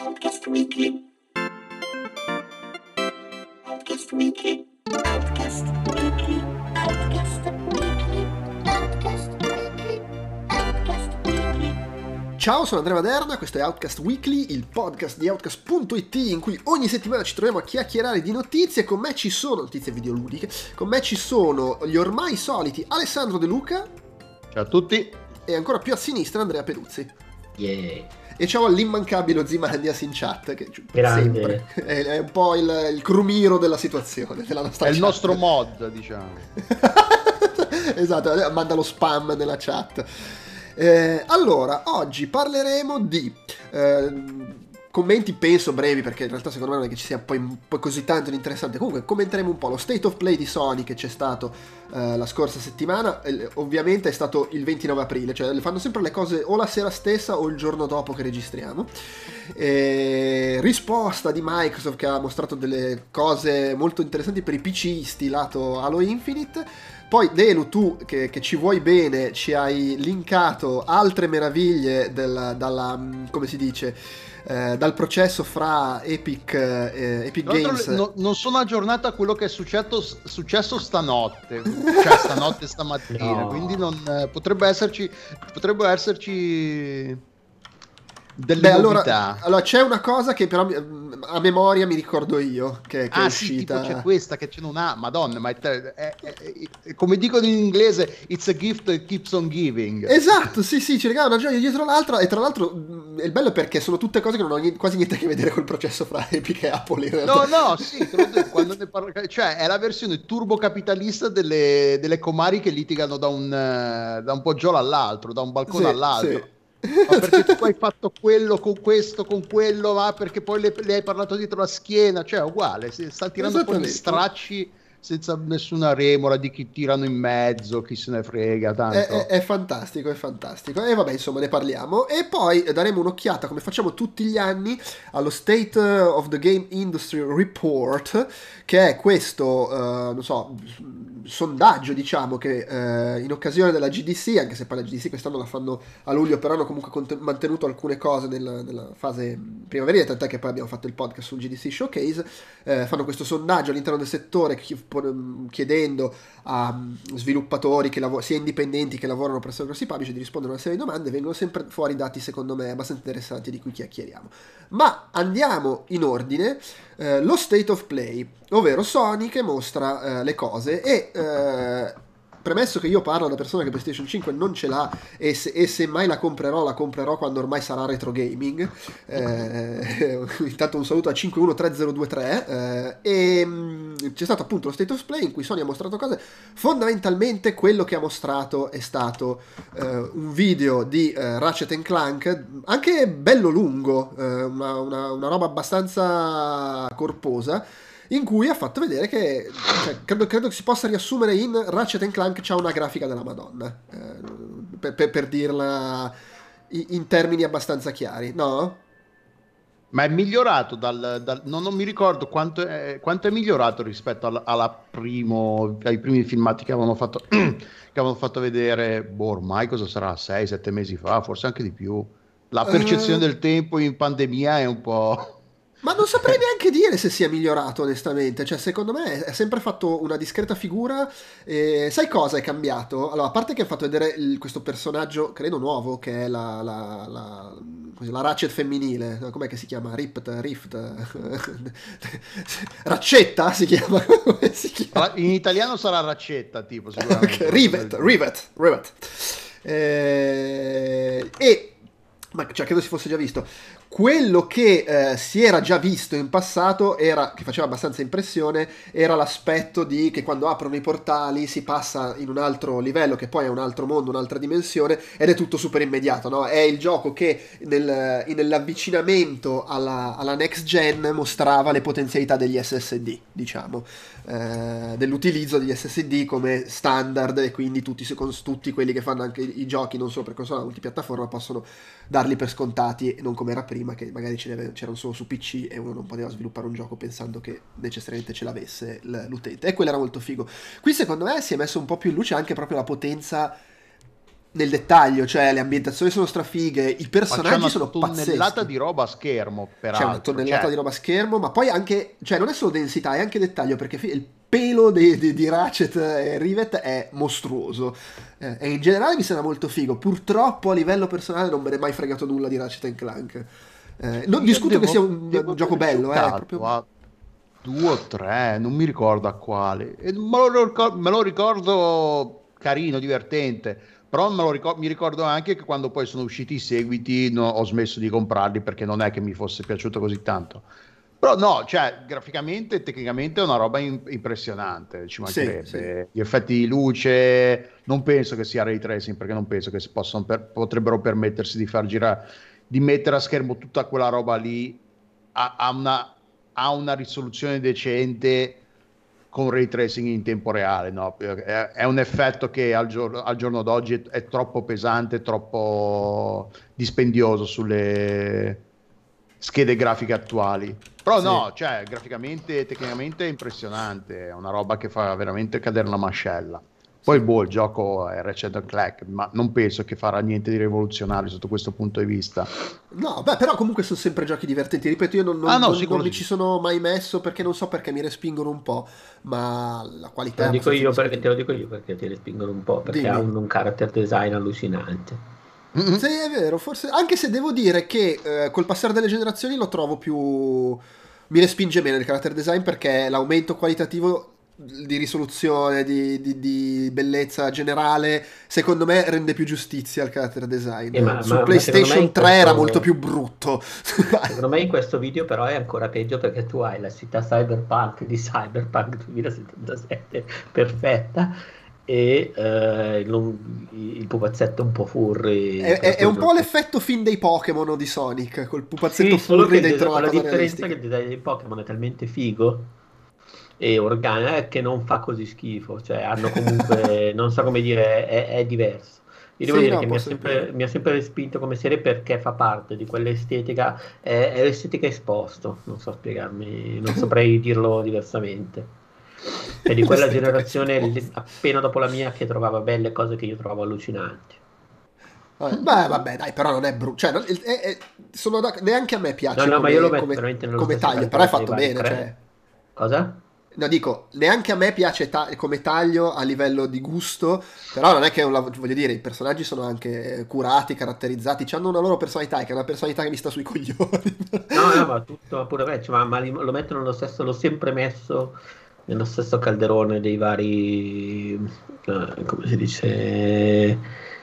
Outcast Weekly. Outcast Weekly. Outcast Weekly. Outcast Weekly. Outcast Weekly. Outcast Weekly. Ciao, sono Andrea Maderna, questo è Outcast Weekly, il podcast di Outcast.it in cui ogni settimana ci troviamo a chiacchierare di notizie. Con me ci sono notizie videoludiche, con me ci sono gli ormai soliti Alessandro De Luca. Ciao a tutti. E ancora più a sinistra Andrea Peruzzi. Yeah. E ciao all'immancabile Ozymandias in chat, che Grande. sempre è un po' il crumiro della situazione, della nostra È il chat. nostro mod, diciamo. Esatto, manda lo spam nella chat. Allora, oggi parleremo di commenti, penso brevi, perché in realtà secondo me non è che ci sia poi così tanto di interessante. Comunque commenteremo un po' lo State of Play di Sony che c'è stato la scorsa settimana. Ovviamente è stato il 29 aprile, cioè fanno sempre le cose o la sera stessa o il giorno dopo che registriamo. Risposta di Microsoft che ha mostrato delle cose molto interessanti per i PCisti lato Halo Infinite. Poi Delu, tu che ci vuoi bene, ci hai linkato altre meraviglie dalla come si dice, dal processo fra Epic Games. Non sono aggiornato a quello che è successo stanotte, cioè stamattina, No. quindi non potrebbero esserci delle novità. Allora c'è una cosa che però a memoria mi ricordo io che è Sì, uscita. tipo c'è questa che c'è non ha, madonna, ma è come dicono in inglese, it's a gift that keeps on giving. Esatto, sì, ci regala una gioia dietro l'altra. E tra l'altro il bello è perché sono tutte cose che non hanno quasi niente a che vedere col processo fra Epic e Apple in realtà. No, sì, quando ne parlo, cioè è la versione turbocapitalista delle comari che litigano da un poggiolo all'altro, da un balcone Sì, all'altro. sì. Ma perché tu hai fatto quello con questo, con quello, ma perché poi le hai parlato dietro la schiena, cioè uguale, si sta tirando fuori gli stracci senza nessuna remora di chi tirano in mezzo, chi se ne frega tanto. È fantastico, è fantastico. E vabbè, insomma, ne parliamo. E poi daremo un'occhiata, come facciamo tutti gli anni, allo State of the Game Industry Report, che è questo, non so, sondaggio, diciamo, che in occasione della GDC, anche se poi la GDC quest'anno la fanno a luglio, però hanno comunque mantenuto alcune cose nella fase primaverile, tant'è che poi abbiamo fatto il podcast sul GDC Showcase. Fanno questo sondaggio all'interno del settore chiedendo a sviluppatori sia indipendenti che lavorano presso grossi publisher di rispondere a una serie di domande. Vengono sempre fuori dati secondo me abbastanza interessanti di cui chiacchieriamo, ma andiamo in ordine. Lo State of Play, ovvero Sony che mostra le cose e premesso che io parlo da persona che PlayStation 5 non ce l'ha e se mai la comprerò quando ormai sarà retro gaming. Intanto un saluto a 513023. C'è stato appunto lo State of Play in cui Sony ha mostrato cose. Fondamentalmente quello che ha mostrato è stato un video di Ratchet & Clank, anche bello lungo, una roba abbastanza corposa, in cui ha fatto vedere che credo che si possa riassumere in Ratchet & Clank c'ha una grafica della Madonna, per dirla in termini abbastanza chiari, no? Ma è migliorato non mi ricordo quanto è migliorato rispetto ai primi filmati che avevano fatto che avevano fatto vedere, ormai cosa sarà, 6-7 mesi fa, forse anche di più. La percezione del tempo in pandemia è un po'... Ma non saprei neanche dire se sia migliorato, onestamente. Cioè, secondo me ha sempre fatto una discreta figura. Sai cosa è cambiato? Allora, a parte che ha fatto vedere questo personaggio, credo nuovo, che è la Ratchet femminile. Com'è che si chiama? Rift? Raccetta si chiama? Come si chiama? In italiano sarà Raccetta, tipo, sicuramente. Rivet. Ma cioè, credo si fosse già visto. Quello che si era già visto in passato, che faceva abbastanza impressione, era l'aspetto di che quando aprono i portali si passa in un altro livello, che poi è un altro mondo, un'altra dimensione, ed è tutto super immediato, no? È il gioco che nell'avvicinamento alla next gen mostrava le potenzialità degli SSD, diciamo, dell'utilizzo degli SSD come standard, e quindi tutti quelli che fanno anche i giochi, non solo per console ma multipiattaforma, possono darli per scontati, non come era prima che magari c'erano solo su PC e uno non poteva sviluppare un gioco pensando che necessariamente ce l'avesse l'utente, e quello era molto figo. Qui secondo me si è messo un po' più in luce anche proprio la potenza nel dettaglio, cioè le ambientazioni sono strafighe, i Ma c'è personaggi una sono tonnellata pazzeschi. di roba a schermo, C'è una peraltro. tonnellata Cioè, di roba a schermo, ma poi anche, cioè non è solo densità, è anche dettaglio, perché il pelo di Ratchet e Rivet è mostruoso. E in generale mi sembra molto figo. Purtroppo a livello personale non me ne è mai fregato nulla di Ratchet and Clank. Non io discuto che sia devo un gioco aver bello, è giocato proprio... a 2 o 3, non mi ricordo a quale. E me lo ricordo carino, divertente. Però mi ricordo anche che quando poi sono usciti i seguiti ho smesso di comprarli perché non è che mi fosse piaciuto così tanto. Però no, cioè graficamente e tecnicamente è una roba impressionante, ci Sì, sì. mancherebbe. Gli effetti di luce, non penso che sia ray tracing perché non penso che si possano potrebbero permettersi di far girare, di mettere a schermo tutta quella roba lì a una risoluzione decente con ray tracing in tempo reale, no? È un effetto che al giorno d'oggi è troppo pesante, troppo dispendioso sulle schede grafiche attuali. Però Sì. no, cioè graficamente e tecnicamente è impressionante, è una roba che fa veramente cadere la mascella. Poi Sì. boh, il gioco è Ratchet Clank, ma non penso che farà niente di rivoluzionario sotto questo punto di vista. No, beh, però comunque sono sempre giochi divertenti. Ripeto, io Ah no, non sicuro mi sì. ci sono mai messo perché non so perché mi respingono un po', ma la Te qualità è lo dico abbastanza io perché te indiscutibile. lo dico io perché ti respingono un po', perché ha Dimmi. un character design allucinante. Sì, è vero, forse anche se devo dire che col passare delle generazioni lo trovo più mi respinge meno il character design perché l'aumento qualitativo di risoluzione, di bellezza generale, secondo me rende più giustizia al character design. Su Ma secondo me PlayStation 3 era molto più brutto. secondo me in questo video però è ancora peggio perché tu hai la città cyberpunk di Cyberpunk 2077 perfetta e il pupazzetto un po' furry È un po' tranquillo. l'effetto film dei Pokémon di Sonic, col pupazzetto Sì, solo che furry dentro con una la cosa differenza realistica. che il design dei Pokémon è talmente figo e organico che non fa così schifo, cioè hanno comunque, non so come dire, è diverso. Io devo Sì, dire no, che posso capire. mi ha sempre respinto come serie perché fa parte di quell'estetica, è l'estetica esposto, non so spiegarmi, non saprei dirlo diversamente. È di quella L'estetica generazione esposta. appena dopo la mia che trovava belle cose che io trovavo allucinanti. Beh, vabbè, dai, però non è brutto. Cioè, neanche a me No, piace no, ma io lo come, metto veramente nello come stesso taglio, però è calcolo dei fatto vari bene. cre. Cioè, Cosa? no, dico, neanche a me piace come taglio a livello di gusto, però non è che voglio dire, i personaggi sono anche curati, caratterizzati, hanno una loro personalità, che è una personalità che mi sta sui coglioni. No, no, ma tutto, ma pure me, cioè, ma lo mettono nello stesso, l'ho sempre messo nello stesso calderone dei vari, come si dice,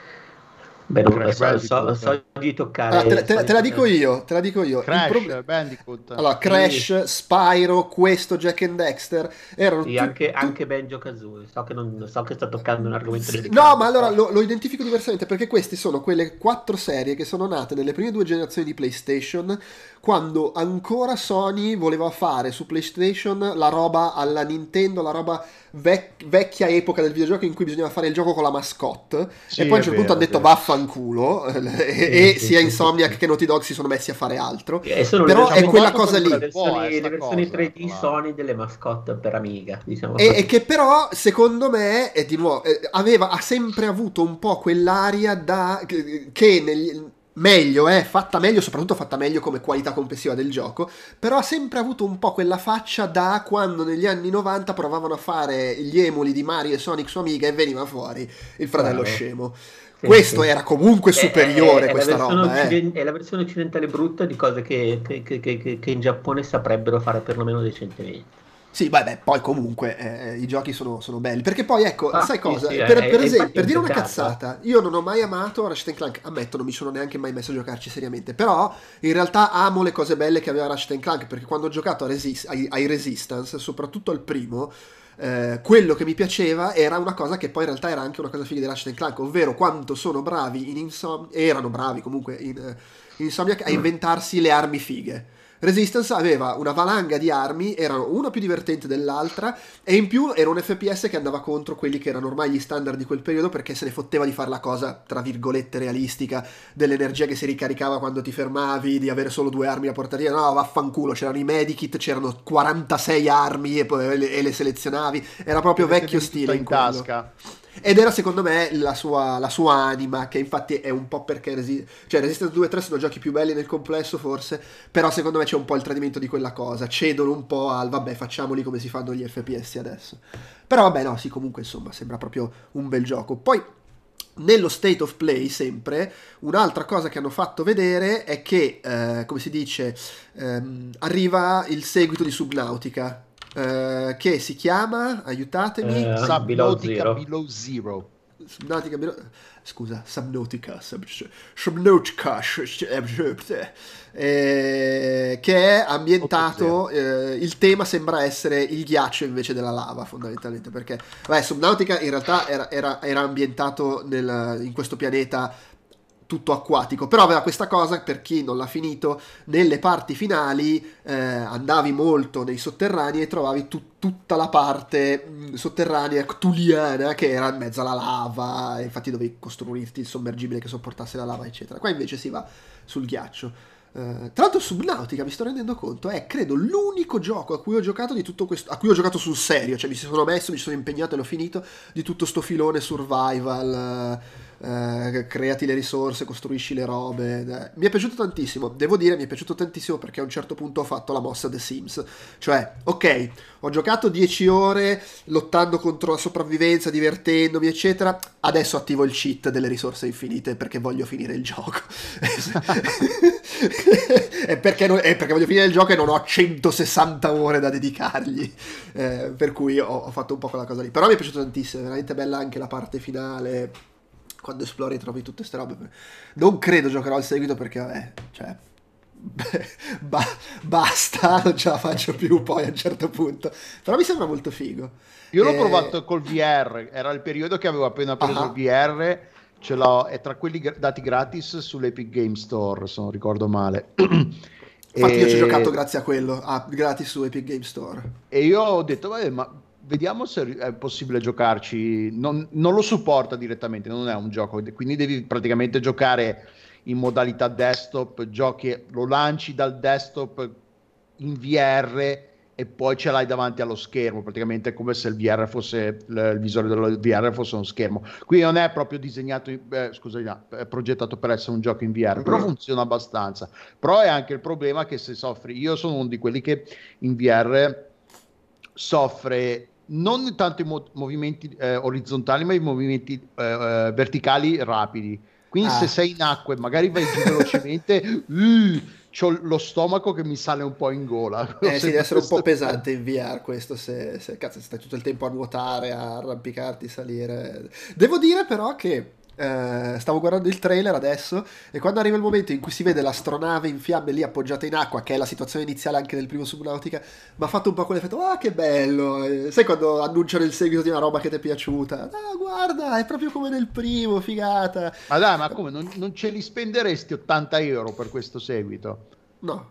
beh, Crash Bandicoot, so di Allora, toccare, so di te la dico toccare, io, te la dico io. Crash Bandicoot. Allora, sì, Crash, Spyro, questo, Jack and Dexter erano sì, tutti. anche Banjo-Kazooie, so che, non, so che sta toccando un argomento Sì, no, ma delicato, allora però, lo identifico diversamente perché queste sono quelle 4 serie che sono nate nelle prime 2 generazioni di PlayStation, quando ancora Sony voleva fare su PlayStation la roba alla Nintendo, la roba vecchia epoca del videogioco in cui bisognava fare il gioco con la mascotte, e Sì, poi a un è certo punto vero, hanno è detto vero. vaffanculo, sì, e sì, sia sì, sì, Insomniac sì. che Naughty Dog si sono messi a fare altro. E sono Però Ci ha è quella provato cosa per un lì. bel po', Le sta versioni cosa, tra 3D l'altro. Sony delle mascotte per Amiga, diciamo E così. che però, secondo me, di nuovo, ha sempre avuto un po' quell'aria che meglio, fatta meglio, soprattutto fatta meglio come qualità complessiva del gioco, però ha sempre avuto un po' quella faccia da quando negli anni 90 provavano a fare gli emuli di Mario e Sonic su Amiga e veniva fuori il fratello Bravo. scemo. Sì, Questo sì. era comunque superiore, È la questa versione roba, eh. è la versione occidentale brutta di cose che in Giappone saprebbero fare perlomeno decentemente. Sì, beh, poi comunque i giochi sono belli. Perché poi, ecco, Ah, sai sì, cosa? sì, Per esempio, infatti è per un dire una peccato, eh. cazzata, io non ho mai amato Ratchet Clank. Ammetto, non mi sono neanche mai messo a giocarci seriamente. Però, in realtà, amo le cose belle che aveva Ratchet Clank. Perché quando ho giocato ai Resistance, soprattutto al primo, quello che mi piaceva era una cosa che poi in realtà era anche una cosa figa di Ratchet Clank, ovvero quanto sono bravi erano bravi comunque in Insomniac a inventarsi le armi fighe. Resistance aveva una valanga di armi, erano una più divertente dell'altra, e in più era un FPS che andava contro quelli che erano ormai gli standard di quel periodo, perché se ne fotteva di fare la cosa, tra virgolette, realistica, dell'energia che si ricaricava quando ti fermavi, di avere solo 2 armi da portare via. No, vaffanculo, c'erano i medikit, c'erano 46 armi e le selezionavi, era proprio Che le vecchio tenevi stile tutta in in quello. tasca. Ed era secondo me la sua anima, che infatti è un po' perché Resistance 2 e 3 sono giochi più belli nel complesso forse, però secondo me c'è un po' il tradimento di quella cosa, cedono un po' al vabbè facciamoli come si fanno gli FPS adesso. Però vabbè no, sì, comunque insomma sembra proprio un bel gioco. Poi nello State of Play sempre un'altra cosa che hanno fatto vedere è che come si dice arriva il seguito di Subnautica, che si chiama, aiutatemi, Below Subnautica Zero. Below Zero. Subnautica, scusa, Subnautica, che è ambientato, il tema sembra essere il ghiaccio invece della lava fondamentalmente, perché Subnautica in realtà era ambientato in questo pianeta tutto acquatico, però aveva questa cosa, per chi non l'ha finito, nelle parti finali andavi molto nei sotterranei e trovavi tutta la parte sotterranea ctuliana che era in mezzo alla lava, e infatti dovevi costruirti il sommergibile che sopportasse la lava eccetera. Qua invece si va sul ghiaccio. Tra l'altro Subnautica, mi sto rendendo conto, è credo l'unico gioco a cui ho giocato di tutto questo, a cui ho giocato sul serio, cioè mi sono messo, mi sono impegnato e l'ho finito, di tutto sto filone survival, creati le risorse, costruisci le robe. Mi è piaciuto tantissimo, devo dire, mi è piaciuto tantissimo perché a un certo punto ho fatto la mossa The Sims, cioè ok, ho giocato 10 ore lottando contro la sopravvivenza, divertendomi eccetera, adesso attivo il cheat delle risorse infinite perché voglio finire il gioco. È perché voglio finire il gioco e non ho 160 ore da dedicargli, per cui ho fatto un po' quella cosa lì, però mi è piaciuto tantissimo, è veramente bella anche la parte finale quando esplori e trovi tutte queste robe. Non credo giocherò al seguito perché vabbè, cioè basta, non ce la faccio più poi a un certo punto, però mi sembra molto figo. Io l'ho provato col VR, era il periodo che avevo appena preso il VR, ce l'ho, è tra quelli dati gratis sull'Epic Game Store, se non ricordo male. Infatti io ci ho giocato grazie a quello, gratis su Epic Game Store. E io ho detto, vabbè, ma vediamo se è possibile giocarci. Non lo supporta direttamente, non è un gioco, quindi devi praticamente giocare in modalità desktop, lo lanci dal desktop in VR e poi ce l'hai davanti allo schermo, praticamente è come se il VR fosse il visore del VR fosse uno schermo. Qui non è proprio disegnato, è progettato per essere un gioco in VR, però funziona abbastanza. Però è anche il problema che se soffri, io sono uno di quelli che in VR soffre non tanto i movimenti orizzontali, ma i movimenti verticali rapidi. Quindi se sei in acqua e magari vai giù velocemente, c'ho lo stomaco che mi sale un po' in gola. Sì, deve essere un po' pesante in VR questo, se cazzo stai tutto il tempo a nuotare, a arrampicarti, salire. Devo dire però che stavo guardando il trailer adesso e quando arriva il momento in cui si vede l'astronave in fiamme lì appoggiata in acqua, che è la situazione iniziale anche del primo Subnautica, mi ha fatto un po' quell'effetto, che bello, sai quando annunciano il seguito di una roba che ti è piaciuta, guarda, è proprio come nel primo, figata. Ma dai, ma come, non ce li spenderesti 80 euro per questo seguito? No.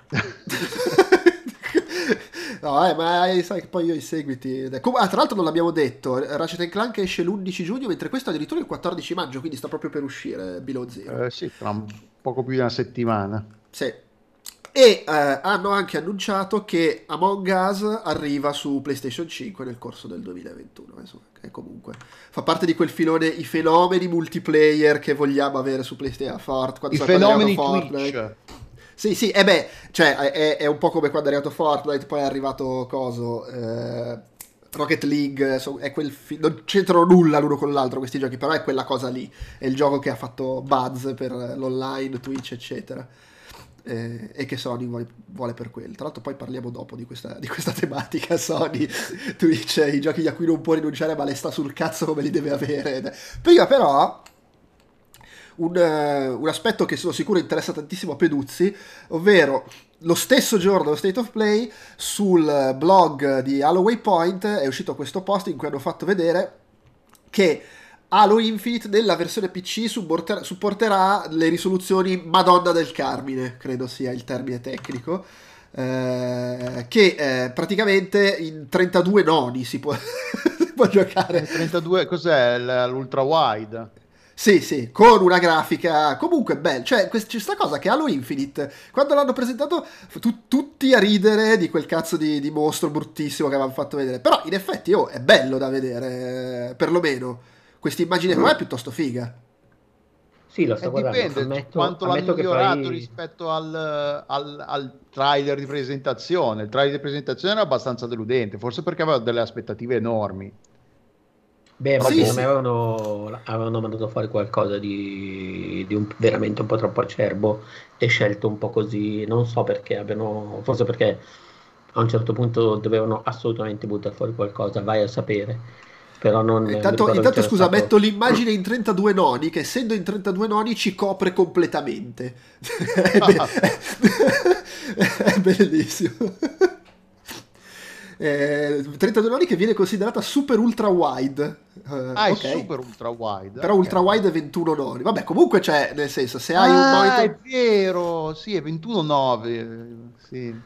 No, ma sai che poi io i seguiti. Tra l'altro non l'abbiamo detto, Ratchet & Clank esce l'11 giugno, mentre questo addirittura il 14 maggio, quindi sta proprio per uscire Below Zero. Sì, tra un poco più di una settimana. Sì. E hanno anche annunciato che Among Us arriva su PlayStation 5 nel corso del 2021. Insomma, che comunque fa parte di quel filone, i fenomeni multiplayer che vogliamo avere su PlayStation. I fenomeni Twitch. Sì, cioè è un po' come quando è arrivato Fortnite, poi è arrivato Rocket League, è non c'entrano nulla l'uno con l'altro questi giochi, però è quella cosa lì, è il gioco che ha fatto buzz per l'online, Twitch, eccetera, e che Sony vuole per quello. Tra l'altro poi parliamo dopo di questa tematica Sony, Twitch, i giochi a cui non può rinunciare ma le sta sul cazzo come li deve avere. Prima però un aspetto che sono sicuro interessa tantissimo a Peduzzi, ovvero lo stesso giorno dello State of Play sul blog di Halo Waypoint è uscito questo post in cui hanno fatto vedere che Halo Infinite nella versione PC supporterà le risoluzioni Madonna del Carmine, credo sia il termine tecnico, che praticamente in 32 noni si può giocare. 32, cos'è l'ultra wide? Sì, sì, con una grafica comunque bella. Cioè, c'è sta cosa che Halo Infinite, quando l'hanno presentato, tutti a ridere di quel cazzo di mostro bruttissimo che avevano fatto vedere. Però, in effetti, è bello da vedere, perlomeno. Questa immagine qua è piuttosto figa. Sì, lo E sto guardando. dipende quanto l'hanno Ammetto che migliorato poi... rispetto al trailer di presentazione. Il trailer di presentazione era abbastanza deludente, forse perché aveva delle aspettative enormi. Beh, ma Sì, secondo me sì. avevano mandato fuori qualcosa veramente un po' troppo acerbo e scelto un po' così, non so perché forse perché a un certo punto dovevano assolutamente buttare fuori qualcosa, vai a sapere, però non mi ricordo che Intanto, c'era scusa, stato... metto l'immagine in 32 noni, che essendo in 32 noni ci copre completamente. È bellissimo. 32 noni che viene considerata super ultra wide. È Ok. super ultra wide. Però ultra Ok. wide è 21 noni. Vabbè, comunque c'è, nel senso, se hai un Ah, è monitor... vero, sì, è 21.9. Sì.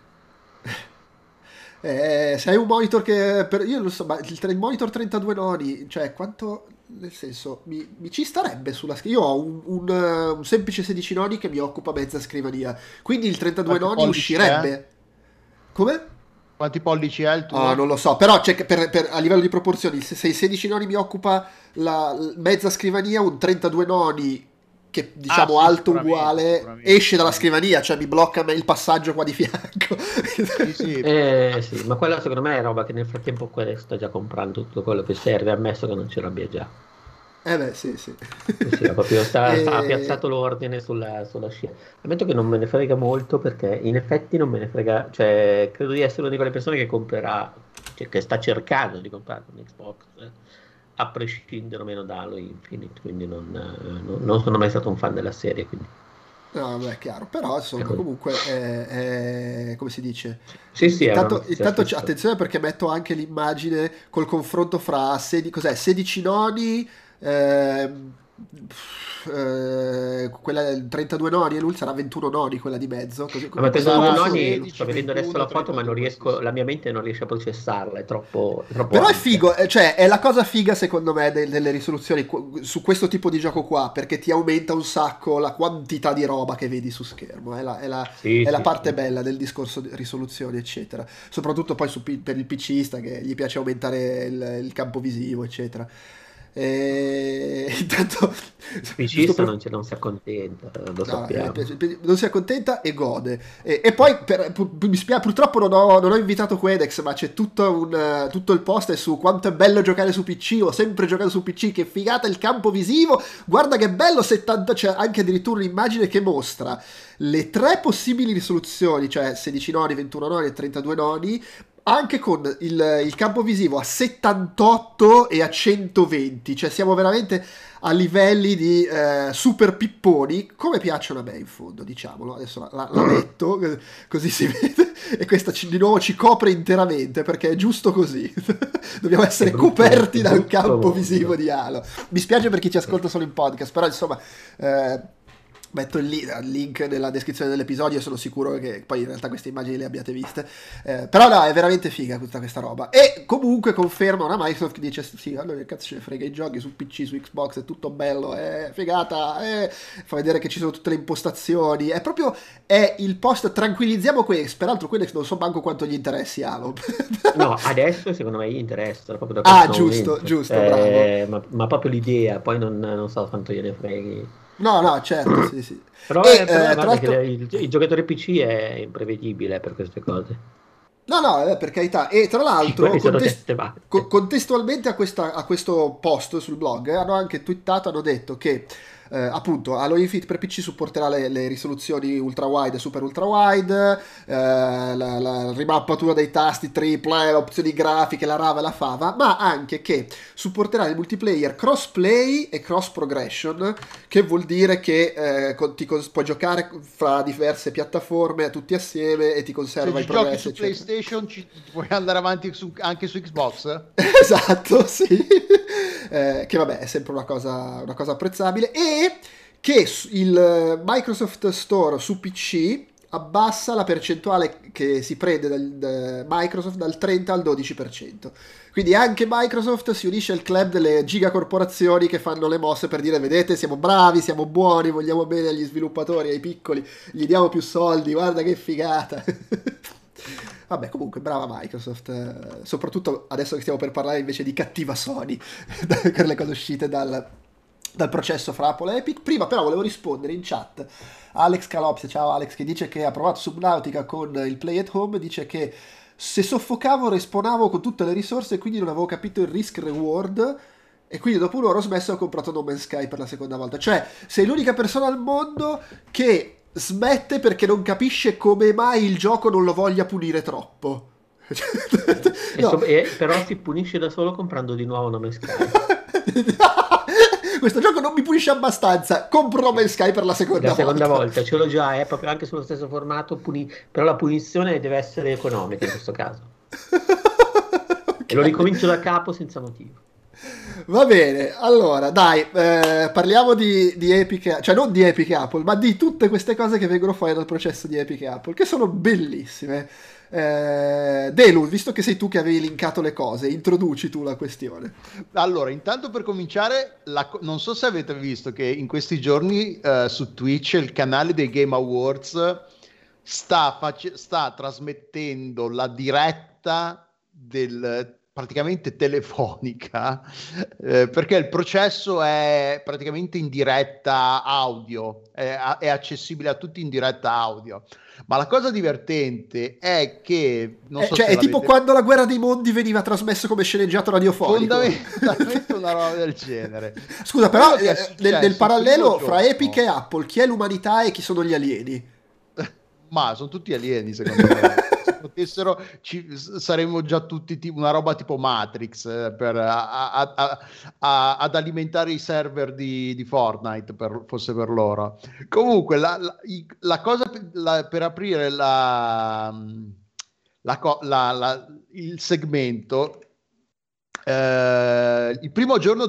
Se hai un monitor io non so, ma il monitor 32 noni, cioè quanto... Nel senso, mi ci starebbe sulla scrivania. Io ho un semplice 16 noni che mi occupa mezza scrivania. Quindi il 32 Quanti noni pollici è? uscirebbe. Come? Quanti pollici è il Ah, non tuo? lo so, però a livello di proporzioni, se il 16 noni mi occupa la mezza scrivania, un 32 noni che Ah, diciamo sì, alto sicuramente, uguale sicuramente, esce dalla sicuramente. scrivania, cioè mi blocca il passaggio qua di fianco. Sì, sì. Sì, ma quella secondo me è roba che nel frattempo sta già comprando tutto quello che serve, ammesso che non ce l'abbia già. Eh beh, sì, sì. Sì, sì, ha E- piazzato l'ordine sulla scia. Ammetto che non me ne frega molto perché in effetti non me ne frega, cioè credo di essere una di quelle persone che comprerà, cioè, che sta cercando di comprare un Xbox, a prescindere o meno da Halo Infinite, quindi non sono mai stato un fan della serie, quindi No, beh, è chiaro, però insomma, ecco. comunque, come si dice? Sì, sì, è una notizia Intanto giusta. attenzione perché metto anche l'immagine col confronto fra 16 noni, quella 32 noni e lui sarà 21 noni, quella di mezzo, così, Ma questo 32 Sarà noni, sto 16, vedendo adesso 21, la foto, ma non 32, sì, riesco, sì. la mia mente non riesce a processarla, è troppo Però è ampia. figo, cioè è la cosa figa secondo me delle risoluzioni su questo tipo di gioco qua, perché ti aumenta un sacco la quantità di roba che vedi su schermo, Sì, è la sì, parte sì. bella del discorso di risoluzioni, eccetera. Soprattutto poi per il PCista che gli piace aumentare il campo visivo, eccetera. E intanto, Il giusto PCista per... non si accontenta, lo No, sappiamo. non si accontenta e gode. E poi mi spiace, purtroppo non ho invitato Quedex, ma c'è tutto il post è su quanto è bello giocare su PC. Ho sempre giocato su PC, che figata il campo visivo. Guarda che bello 70, c'è anche addirittura un'immagine che mostra le tre possibili risoluzioni, cioè 16 noni, 21 noni e 32 noni, anche con il campo visivo a 78 e a 120, cioè siamo veramente a livelli di super pipponi, come piacciono a me in fondo, diciamolo. Adesso la metto, così si vede, e questa di nuovo ci copre interamente, perché è giusto così. Dobbiamo Che essere brutto, coperti che dal brutto campo visivo mondo. di Halo. Mi spiace per chi ci ascolta solo in podcast, però insomma... metto il link nella descrizione dell'episodio, sono sicuro che poi in realtà queste immagini le abbiate viste. Però no, è veramente figa tutta questa roba. E comunque conferma una Microsoft che dice: sì, allora che cazzo ce ne frega, i giochi su PC, su Xbox, è tutto bello, è figata, fa vedere che ci sono tutte le impostazioni. È proprio il post tranquillizziamo Quex. Peraltro Quex non so manco quanto gli interessi Halo. No, adesso secondo me gli interessa, proprio da Ah, questo giusto, momento. giusto, bravo. Ma proprio l'idea, poi non so quanto gliene freghi. No, no, certo, sì, sì. Però, E tra guarda che l'altro... il giocatore PC è imprevedibile per queste cose. No, no, per carità. E tra l'altro, Quelli sono teste basse. contestualmente a questo post sul blog, hanno anche twittato, hanno detto che appunto Halo Infinite per PC supporterà le risoluzioni ultra wide e super ultra wide, la rimappatura dei tasti triple, opzioni grafiche, la rava e la fava, ma anche che supporterà il multiplayer crossplay e cross progression, che vuol dire che puoi giocare fra diverse piattaforme tutti assieme e ti Se conserva i ci giochi progressi, su eccetera. PlayStation, puoi andare avanti anche su Xbox? Esatto, sì. Che vabbè, è sempre una cosa apprezzabile. E che il Microsoft Store su PC abbassa la percentuale che si prende da Microsoft dal 30 al 12%. Quindi anche Microsoft si unisce al club delle gigacorporazioni che fanno le mosse per dire: vedete, siamo bravi, siamo buoni, vogliamo bene agli sviluppatori, ai piccoli, gli diamo più soldi, guarda che figata. Vabbè, comunque, brava Microsoft, soprattutto adesso che stiamo per parlare invece di cattiva Sony, per le cose uscite dal processo fra Apple e Epic. Prima però volevo rispondere in chat a Alex Calopsi, ciao Alex, che dice che ha provato Subnautica con il Play at Home, dice che se soffocavo respawnavo con tutte le risorse e quindi non avevo capito il risk reward, e quindi dopo un'ora ho smesso e ho comprato No Man's Sky per la seconda volta. Cioè, sei l'unica persona al mondo che smette perché non capisce come mai il gioco non lo voglia punire troppo. No. Però si punisce da solo comprando di nuovo No Man's Sky. Questo gioco non mi punisce abbastanza, compro No Man's Sky per la seconda volta. Ce l'ho già, è proprio anche sullo stesso formato, però la punizione deve essere economica in questo caso. Okay. E lo ricomincio da capo senza motivo. Va bene, allora dai, parliamo di Epic, cioè non di Epic e Apple, ma di tutte queste cose che vengono fuori dal processo di Epic e Apple, che sono bellissime. Delu, visto che sei tu che avevi linkato le cose, introduci tu la questione. Allora, intanto per cominciare, non so se avete visto che in questi giorni su Twitch il canale dei Game Awards sta trasmettendo la diretta praticamente telefonica, perché il processo è praticamente in diretta audio, è accessibile a tutti in diretta audio. Ma la cosa divertente è che è tipo quando la Guerra dei Mondi veniva trasmesso come sceneggiato radiofonico, fondamentalmente una roba del genere. Scusa, però nel parallelo fra Epic e Apple, chi è l'umanità e chi sono gli alieni? Ma sono tutti alieni, secondo me. Se potessero, saremmo già tutti una roba tipo Matrix, ad alimentare i server di Fortnite, fosse per loro. Comunque, la cosa per aprire il segmento, il primo giorno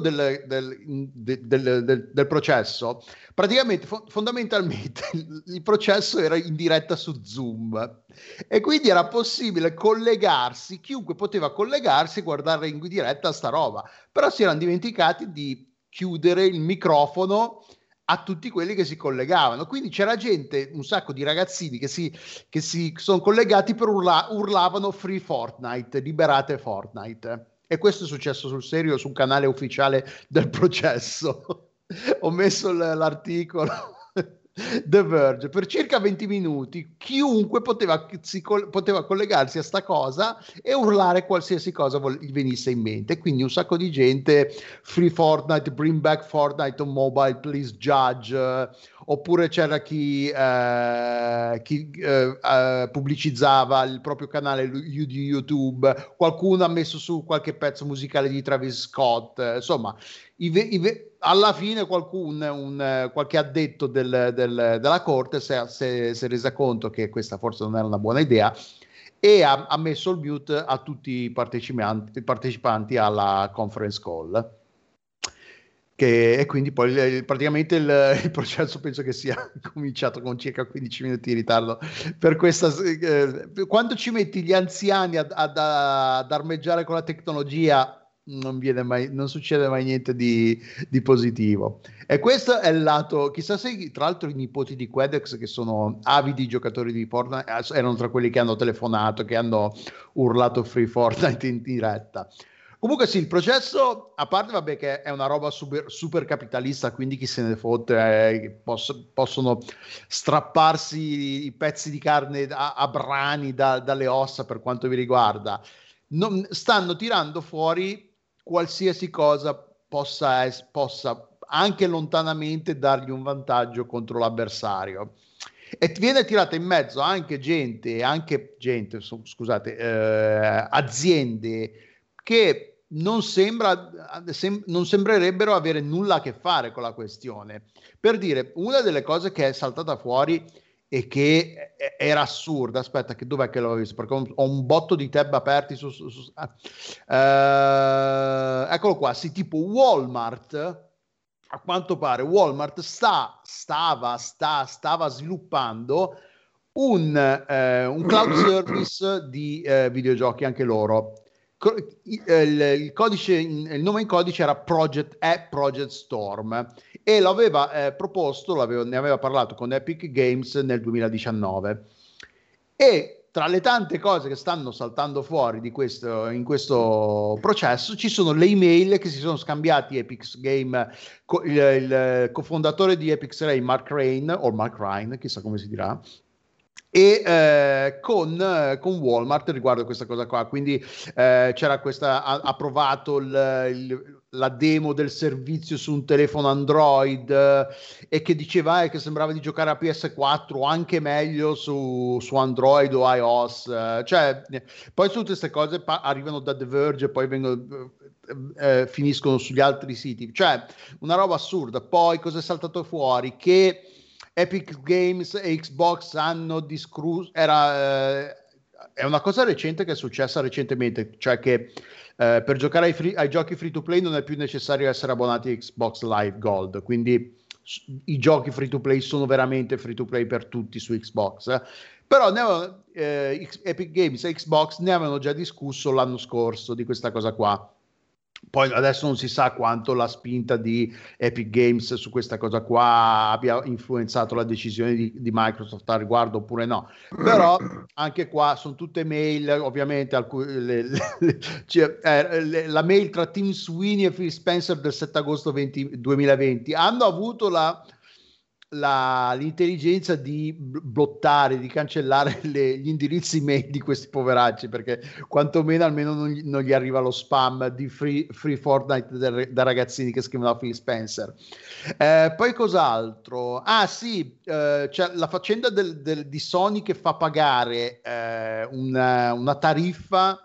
del processo, praticamente fondamentalmente il processo era in diretta su Zoom e quindi era possibile collegarsi, chiunque poteva collegarsi e guardare in diretta sta roba, però si erano dimenticati di chiudere il microfono a tutti quelli che si collegavano, quindi c'era gente, un sacco di ragazzini che si sono collegati per urlavano Free Fortnite, liberate Fortnite. E questo è successo sul serio sul canale ufficiale del processo. Ho messo l'articolo The Verge per circa 20 minuti. Chiunque poteva collegarsi a sta cosa e urlare qualsiasi cosa gli venisse in mente. Quindi un sacco di gente, Free Fortnite, Bring Back Fortnite on Mobile, Please Judge. Oppure c'era chi pubblicizzava il proprio canale di YouTube, qualcuno ha messo su qualche pezzo musicale di Travis Scott, insomma, alla fine qualche addetto della corte si è resa conto che questa forse non era una buona idea e ha messo il mute a tutti i partecipanti alla conference call. E quindi poi praticamente il processo penso che sia cominciato con circa 15 minuti di ritardo per questa quando ci metti gli anziani ad armeggiare con la tecnologia non succede mai niente di positivo, e questo è il lato. Chissà se tra l'altro i nipoti di Quedex, che sono avidi giocatori di Fortnite, erano tra quelli che hanno telefonato, che hanno urlato Free Fortnite in diretta. Comunque sì, il processo, a parte vabbè che è una roba super capitalista, quindi chi se ne fotte, possono strapparsi i pezzi di carne a brani dalle ossa per quanto vi riguarda. Stanno tirando fuori qualsiasi cosa possa anche lontanamente dargli un vantaggio contro l'avversario. E viene tirata in mezzo anche aziende che non sembrerebbero avere nulla a che fare con la questione. Per dire, una delle cose che è saltata fuori e che era assurda, aspetta, che dov'è che l'ho visto? Perché ho un botto di tab aperti eccolo qua, sì, tipo Walmart. A quanto pare Walmart stava sviluppando un cloud service di videogiochi anche loro. Il codice, il nome in codice era Project Storm e lo aveva proposto, ne aveva parlato con Epic Games nel 2019. E tra le tante cose che stanno saltando fuori in questo processo ci sono le email che si sono scambiati Epic Game, il cofondatore di Epic Ray, Mark Ryan, chissà come si dirà, e con Walmart riguardo a questa cosa qua. Quindi c'era questa, ha provato la demo del servizio su un telefono Android e che diceva che sembrava di giocare a PS4 anche meglio su Android o iOS, cioè poi tutte queste cose arrivano da The Verge e poi finiscono sugli altri siti, cioè una roba assurda. Poi cosa è saltato fuori? Che Epic Games e Xbox hanno discusso, è una cosa recente che è successa recentemente, cioè che per giocare ai giochi free to play non è più necessario essere abbonati a Xbox Live Gold, quindi i giochi free to play sono veramente free to play per tutti su Xbox. Però Epic Games e Xbox ne avevano già discusso l'anno scorso di questa cosa qua. Poi adesso non si sa quanto la spinta di Epic Games su questa cosa qua abbia influenzato la decisione di Microsoft al riguardo oppure no, però anche qua sono tutte mail, ovviamente la mail tra Tim Sweeney e Phil Spencer del 7 agosto 2020 hanno avuto l'intelligenza di blottare, di cancellare gli indirizzi mail di questi poveracci, perché quantomeno almeno non gli arriva lo spam di free Fortnite da ragazzini che scrivono a Phil Spencer. Poi cos'altro? C'è la faccenda di Sony che fa pagare una tariffa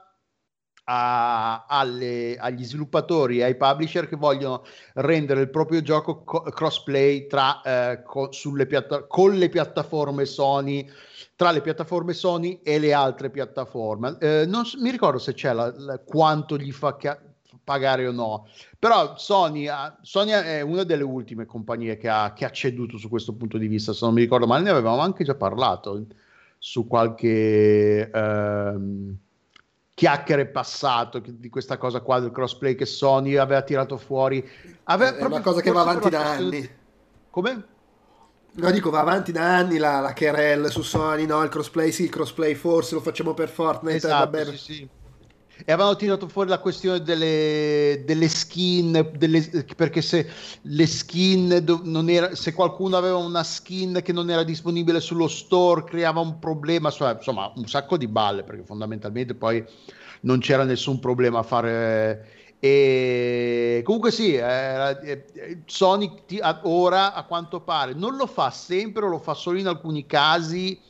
agli sviluppatori e ai publisher che vogliono rendere il proprio gioco crossplay con le piattaforme Sony, tra le piattaforme Sony e le altre piattaforme. Non mi ricordo se c'è quanto gli fa pagare o no, però Sony è una delle ultime compagnie che ha ceduto su questo punto di vista, se non mi ricordo male. Ne avevamo anche già parlato su qualche chiacchiere passato di questa cosa qua del crossplay che Sony aveva tirato fuori. È una cosa che va avanti da anni. Come? No, dico, va avanti da anni la querelle su Sony, no, il crossplay sì, il crossplay forse lo facciamo per Fortnite, esatto, va bene. Sì. E avevano tirato fuori la questione delle skin, perché se le skin se qualcuno aveva una skin che non era disponibile sullo store creava un problema, insomma un sacco di balle, perché fondamentalmente poi non c'era nessun problema a fare. E comunque sì, Sony ora a quanto pare non lo fa sempre, lo fa solo in alcuni casi.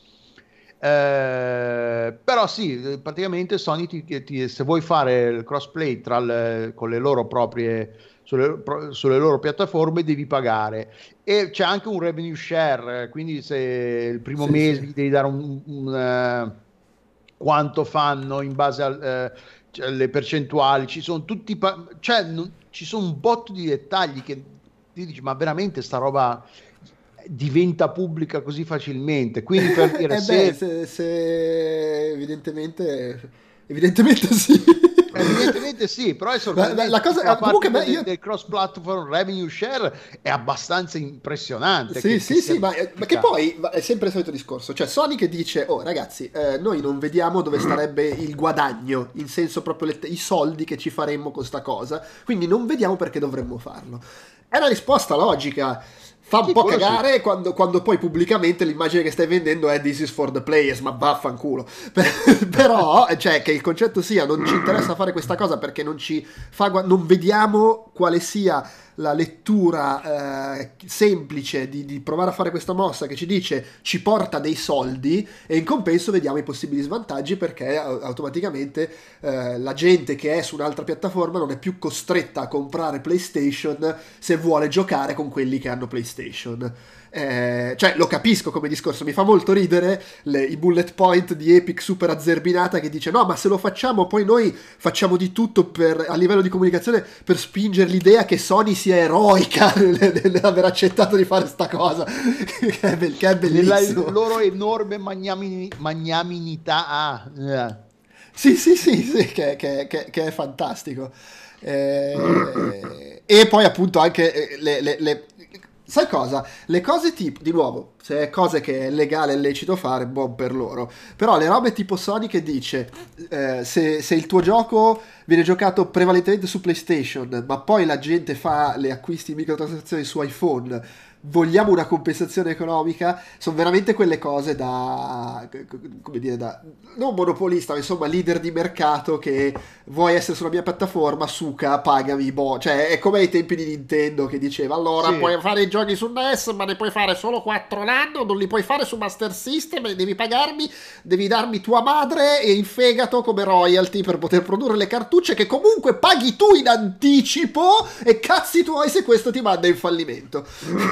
Però sì, praticamente Sony se vuoi fare il crossplay con le loro proprie sulle loro piattaforme devi pagare, e c'è anche un revenue share, quindi se il primo mese gli devi dare quanto fanno in base alle percentuali, ci sono tutti ci sono un botto di dettagli che ti dici ma veramente sta roba diventa pubblica così facilmente, quindi per dire evidentemente sì. Evidentemente sì, però è sorprendente. La cosa comunque del cross platform revenue share è abbastanza impressionante. Sì, ma che poi è sempre il solito discorso, cioè Sony che dice oh ragazzi, noi non vediamo dove starebbe il guadagno, in senso proprio i soldi che ci faremmo con sta cosa, quindi non vediamo perché dovremmo farlo. È una risposta logica. Fa un po' cagare quando poi pubblicamente l'immagine che stai vendendo è "This is for the players", ma vaffanculo. Però, cioè, che il concetto sia non ci interessa fare questa cosa perché non vediamo quale sia la lettura semplice di provare a fare questa mossa che ci dice ci porta dei soldi, e in compenso vediamo i possibili svantaggi perché automaticamente la gente che è su un'altra piattaforma non è più costretta a comprare PlayStation se vuole giocare con quelli che hanno PlayStation. Cioè, lo capisco come discorso, mi fa molto ridere i bullet point di Epic super azzerbinata che dice no, ma se lo facciamo poi noi facciamo di tutto a livello di comunicazione per spingere l'idea che Sony sia eroica nell'aver accettato di fare sta cosa, che è bellissimo. La loro enorme magnaminità. Sì, che è fantastico. E poi appunto anche sai cosa? Le cose tipo, di nuovo, se è cose che è legale e lecito fare, buon per loro. Però le robe tipo Sony che dice se il tuo gioco viene giocato prevalentemente su PlayStation, ma poi la gente fa le acquisti in microtransazioni su iPhone, vogliamo una compensazione economica, sono veramente quelle cose da, come dire, da non monopolista, ma insomma leader di mercato che vuoi essere sulla mia piattaforma, suca, pagami, cioè è come ai tempi di Nintendo che diceva allora puoi fare i giochi su NES ma ne puoi fare solo 4 l'anno, non li puoi fare su Master System e devi darmi tua madre e il fegato come royalty per poter produrre le cartucce che comunque paghi tu in anticipo e cazzi tuoi se questo ti manda in fallimento.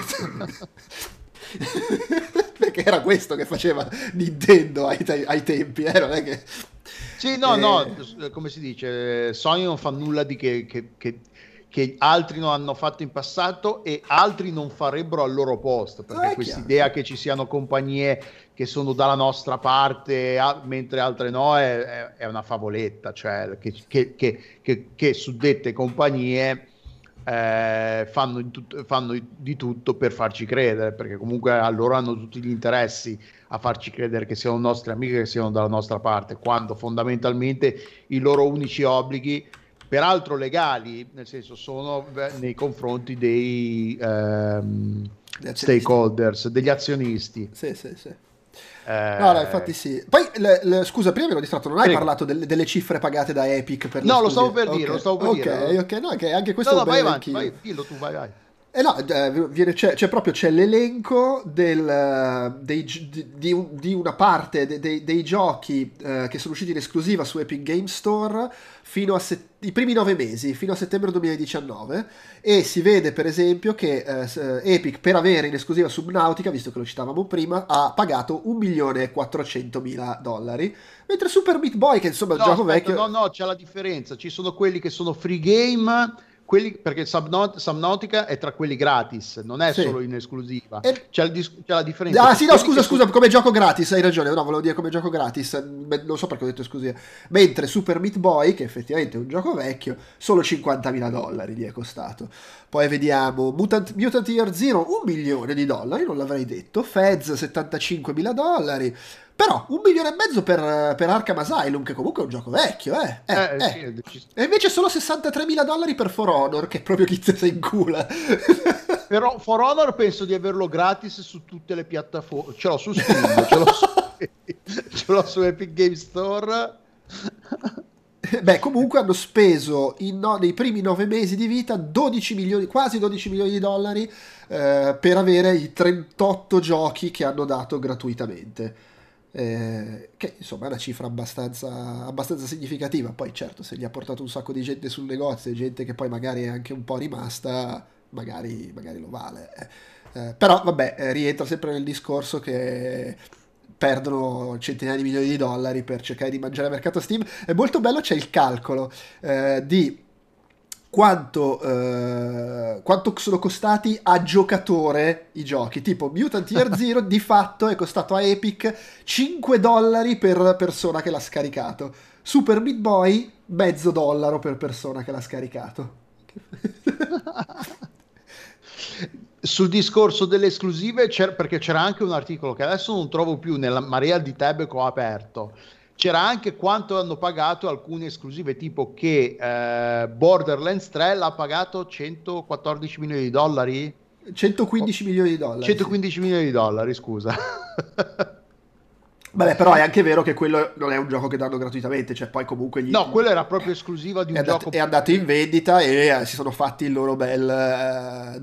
Perché era questo che faceva Nintendo ai tempi, non è che sì, no, come si dice, Sony non fa nulla di che altri non hanno fatto in passato e altri non farebbero al loro posto, perché questa idea che ci siano compagnie che sono dalla nostra parte mentre altre no è una favoletta, cioè che suddette compagnie fanno di tutto per farci credere, perché comunque loro hanno tutti gli interessi a farci credere che siano nostre amiche, che siano dalla nostra parte, quando fondamentalmente i loro unici obblighi, peraltro legali, nel senso sono nei confronti dei stakeholders, degli azionisti. Sì. No, infatti sì. Poi, scusa, prima mi ero distratto, non hai parlato delle cifre pagate da Epic per no, lo stavo per dire. Ok, no, che anche questo no, vai avanti, dillo tu, vai. C'è proprio l'elenco di una parte dei giochi che sono usciti in esclusiva su Epic Game Store fino a i primi 9 mesi, fino a settembre 2019, e si vede per esempio che Epic per avere in esclusiva Subnautica, visto che lo citavamo prima, ha pagato $1.400.000, mentre Super Meat Boy, che insomma è un gioco vecchio... No, c'è la differenza, ci sono quelli che sono free game... perché Subnautica è tra quelli gratis, non è solo in esclusiva. C'è la differenza. Ah sì, no, scusa, come gioco gratis, hai ragione, no, volevo dire come gioco gratis, non so perché ho detto esclusiva. Mentre Super Meat Boy, che effettivamente è un gioco vecchio, solo $50.000 gli è costato. Poi vediamo Mutant Year Zero, $1 milione, non l'avrei detto. Fez, $75.000. Però $1,5 milioni per Arkham Asylum, che comunque è un gioco vecchio, Sì. E invece solo $63.000 per For Honor, che è proprio chi se in culo. Però For Honor penso di averlo gratis su tutte le piattaforme. Ce l'ho su Steam, ce l'ho su Epic Game Store. Beh, comunque hanno speso nei primi 9 mesi di vita quasi $12 milioni per avere i 38 giochi che hanno dato gratuitamente. Che insomma è una cifra abbastanza significativa. Poi certo, se gli ha portato un sacco di gente sul negozio e gente che poi magari è anche un po' rimasta, magari lo vale, però vabbè, rientra sempre nel discorso che perdono centinaia di milioni di dollari per cercare di mangiare a mercato Steam. È molto bello, c'è il calcolo di quanto sono costati a giocatore i giochi. Tipo Mutant Year Zero di fatto è costato a Epic $5 per persona che l'ha scaricato. Super Meat Boy $0,50 per persona che l'ha scaricato. Sul discorso delle esclusive, perché c'era anche un articolo che adesso non trovo più nella marea di tab che ho aperto, c'era anche quanto hanno pagato alcune esclusive, tipo che Borderlands 3 l'ha pagato $114 milioni, $115 milioni. $115 milioni, scusa. Vabbè, però è anche vero che quello non è un gioco che danno gratuitamente, cioè poi comunque no, quello era proprio esclusiva di un gioco. È andato in vendita e si sono fatti il loro bel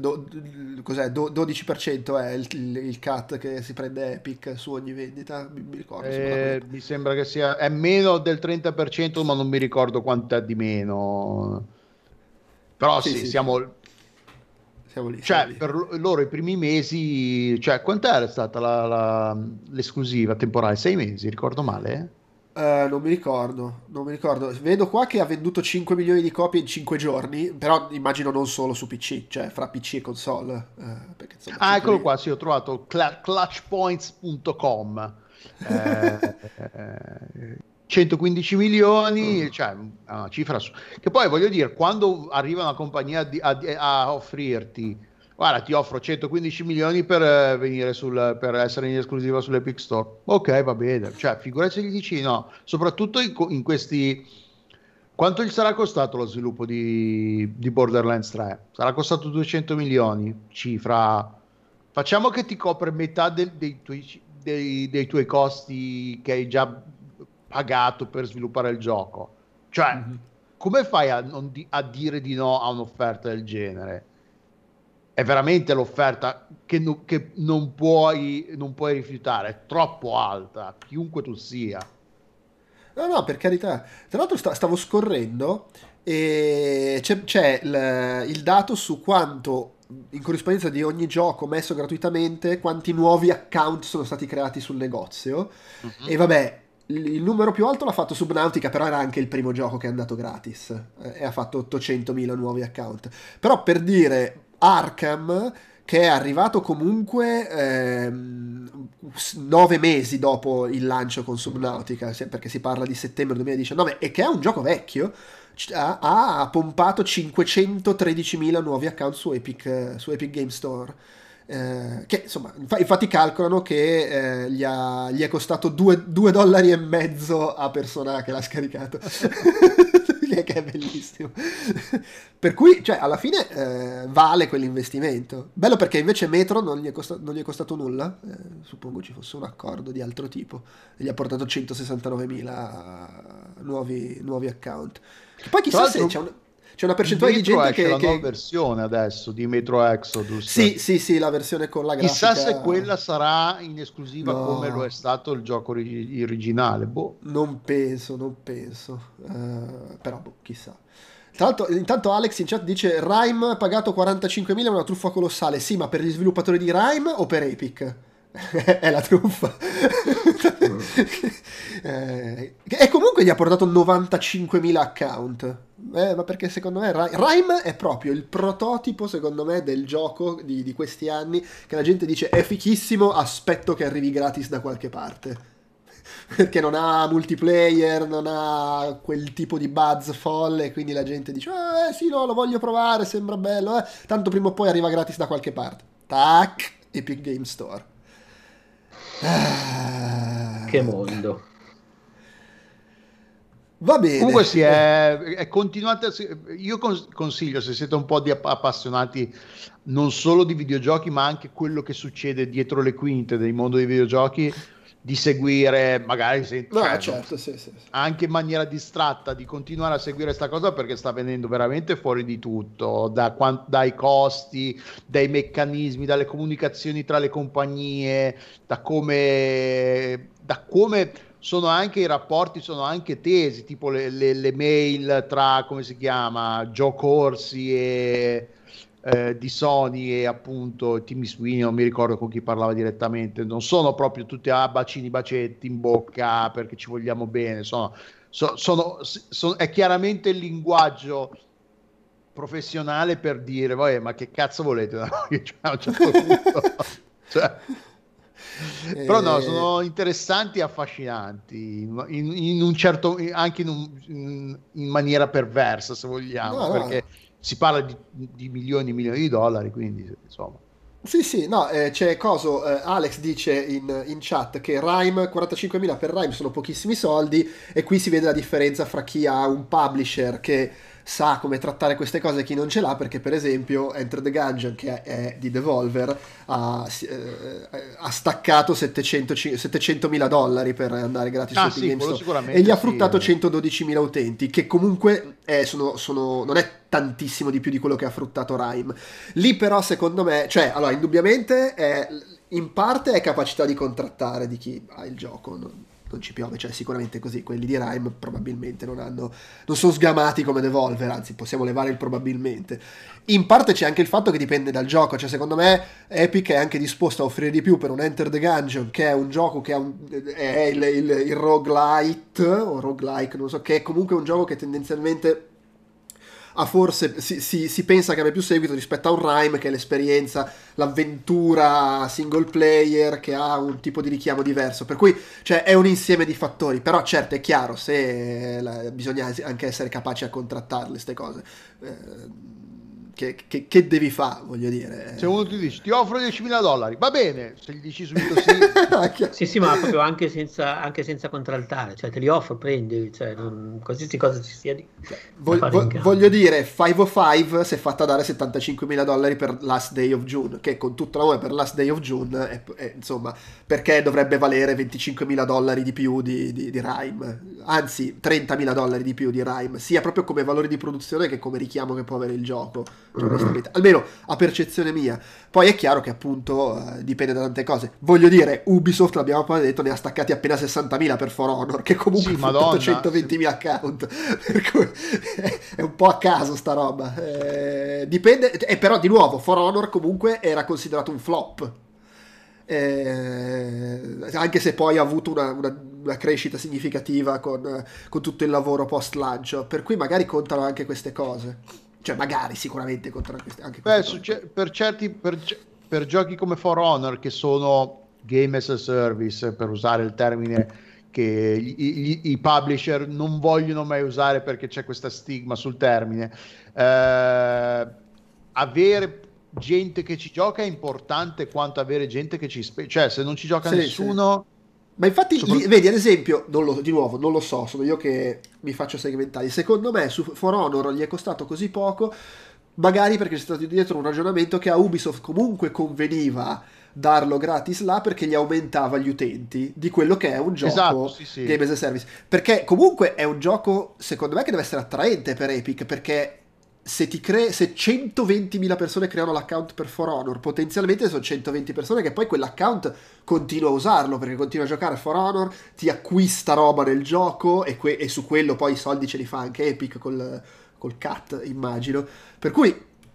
12% è il cut che si prende Epic su ogni vendita, mi ricordo. Mi sembra che è meno del 30%, ma non mi ricordo quanto è di meno. Però sì. Siamo... siamo lì. Cioè, per loro i primi mesi, cioè, quant'era stata l'esclusiva temporale? 6 mesi, ricordo male? Non mi ricordo, non mi ricordo. Vedo qua che ha venduto 5 milioni di copie in 5 giorni, però immagino non solo su PC, cioè fra PC e console. Perché, insomma, Ah, 5 eccolo milioni. qua, sì, ho trovato clutchpoints.com. 115 milioni, cioè una cifra che poi voglio dire, quando arriva una compagnia a offrirti, guarda, ti offro 115 milioni per venire per essere in esclusiva sull'Epic Store, ok, va bene, cioè figurati se gli dici no, soprattutto in questi. Quanto gli sarà costato lo sviluppo di Borderlands 3? Sarà costato 200 milioni, cifra. Facciamo che ti copre metà dei tuoi costi che hai già pagato per sviluppare il gioco. Cioè, Mhm. come fai a dire di no a un'offerta del genere? È veramente l'offerta che non puoi rifiutare, è troppo alta, chiunque tu sia. No, no, per carità. Tra l'altro stavo scorrendo e c'è il dato su quanto, in corrispondenza di ogni gioco messo gratuitamente, quanti nuovi account sono stati creati sul negozio. E Mhm. vabbè, il numero più alto l'ha fatto Subnautica, però era anche il primo gioco che è andato gratis. E ha fatto 800.000 nuovi account. Però per dire, Arkham, che è arrivato comunque 9 mesi dopo il lancio con Subnautica, perché si parla di settembre 2019, e che è un gioco vecchio, ha pompato 513.000 nuovi account su Epic Game Store. Che insomma, infatti calcolano che gli è costato 2 dollari e mezzo a persona che l'ha scaricato. Che è bellissimo. Per cui, cioè, alla fine vale quell'investimento. Bello perché invece Metro non gli è costato nulla. Suppongo ci fosse un accordo di altro tipo. E gli ha portato 169.000 nuovi account. Che poi Tra chissà se l'altro, c'è una in percentuale di Metro gente esce la nuova che. versione adesso di Metro Exodus. Sì, sì, sì, la versione con la Chissà se grafica. quella sarà in esclusiva come lo è No, stato il gioco originale. Boh. non penso, non penso. Però, boh, chissà. Tra l'altro, intanto Alex in chat dice Rime pagato 45.000 è una truffa colossale. Sì, ma per gli sviluppatori di Rime o per Epic? È la truffa. E comunque gli ha portato 95.000 account. Ma perché secondo me Rime è proprio il prototipo, secondo me, del gioco di questi anni che la gente dice è fichissimo, aspetto che arrivi gratis da qualche parte. Perché non ha multiplayer, non ha quel tipo di buzz folle, quindi la gente dice sì, no, lo voglio provare, sembra bello, tanto prima o poi arriva gratis da qualche parte. Tac, Epic Game Store. Che mondo. Va bene. Comunque sì, è continuate. Io consiglio, se siete un po' di appassionati non solo di videogiochi, ma anche quello che succede dietro le quinte del mondo dei videogiochi, di seguire, magari No, cioè, certo, sì, sì, sì. anche in maniera distratta, di continuare a seguire sta cosa perché sta venendo veramente fuori di tutto, dai costi, dai meccanismi, dalle comunicazioni tra le compagnie, da come sono anche i rapporti, sono anche tesi, tipo le mail tra, come si chiama, Joe Corsi e di Sony e appunto Timmy Sweeney, non mi ricordo con chi parlava direttamente, non sono proprio tutti bacini, bacetti in bocca perché ci vogliamo bene, è chiaramente il linguaggio professionale per dire, ma che cazzo volete da noi? Cioè, a un certo punto, cioè. Però no, sono interessanti e affascinanti in un certo, anche in maniera perversa, se vogliamo, No, no. perché si parla di milioni e milioni di dollari, quindi insomma. Sì, sì, no, c'è coso, Alex dice in chat che Rime, 45.000 per Rime sono pochissimi soldi e qui si vede la differenza fra chi ha un publisher che sa come trattare queste cose e chi non ce l'ha, perché per esempio Enter the Gungeon, che è di Devolver, ha staccato 700.000 dollari per andare gratis su Epic Sì, Games quello Store sicuramente e gli ha sì, fruttato 112.000 utenti, che comunque non è tantissimo di più di quello che ha fruttato Rime. Lì però secondo me, cioè, allora indubbiamente in parte è capacità di contrattare di chi ha il gioco, non ci piove, cioè sicuramente così. Quelli di Rime probabilmente non sono sgamati come Devolver, anzi possiamo levare il probabilmente. In parte c'è anche il fatto che dipende dal gioco, cioè secondo me Epic è anche disposto a offrire di più per un Enter the Gungeon, che è un gioco che è il roguelite o roguelike, non so, che è comunque un gioco che tendenzialmente forse si pensa che abbia più seguito rispetto a un Rime, che è l'esperienza, l'avventura single player, che ha un tipo di richiamo diverso, per cui cioè, è un insieme di fattori. Però certo è chiaro, bisogna anche essere capaci a contrattarle queste cose, che devi fare, voglio dire. Se uno ti dice ti offro $10.000, va bene, se gli dici subito sì. Sì, ma proprio anche senza contraltare, cioè te li offro, prendi, cioè, qualsiasi cosa ci sia di voglio dire, 505 si è fatta dare $75.000 per Last Day of June, che con tutto l'amore per Last Day of June insomma, perché dovrebbe valere $25.000 di più di Rime, anzi $30.000 di più di Rime, sia proprio come valore di produzione che come richiamo che può avere il gioco, almeno a percezione mia. Poi è chiaro che appunto dipende da tante cose. Voglio dire, Ubisoft, l'abbiamo appena detto, ne ha staccati appena 60.000 per For Honor, che comunque sì, ha 120.000 account, per cui è un po' a caso sta roba. Dipende, però di nuovo For Honor comunque era considerato un flop, anche se poi ha avuto una crescita significativa con tutto il lavoro post lancio, per cui magari contano anche queste cose. Cioè magari sicuramente contano anche queste cose. Per giochi come For Honor, che sono game as a service, per usare il termine che i publisher non vogliono mai usare perché c'è questa stigma sul termine, avere gente che ci gioca è importante quanto avere gente che cioè se non ci gioca nessuno. Sì. Ma infatti, vedi, ad esempio, di nuovo, non lo so, sono io che mi faccio segmentali. Secondo me su For Honor gli è costato così poco, magari perché c'è stato dietro un ragionamento che a Ubisoft comunque conveniva darlo gratis là, perché gli aumentava gli utenti di quello che è un gioco, esatto, sì. Game as a Service. Perché comunque è un gioco, secondo me, che deve essere attraente per Epic, perché se 120.000 persone creano l'account per For Honor, potenzialmente sono 120 persone che poi quell'account continua a usarlo, perché continua a giocare a For Honor, ti acquista roba nel gioco e su quello poi i soldi ce li fa anche Epic col cut, immagino. Per cui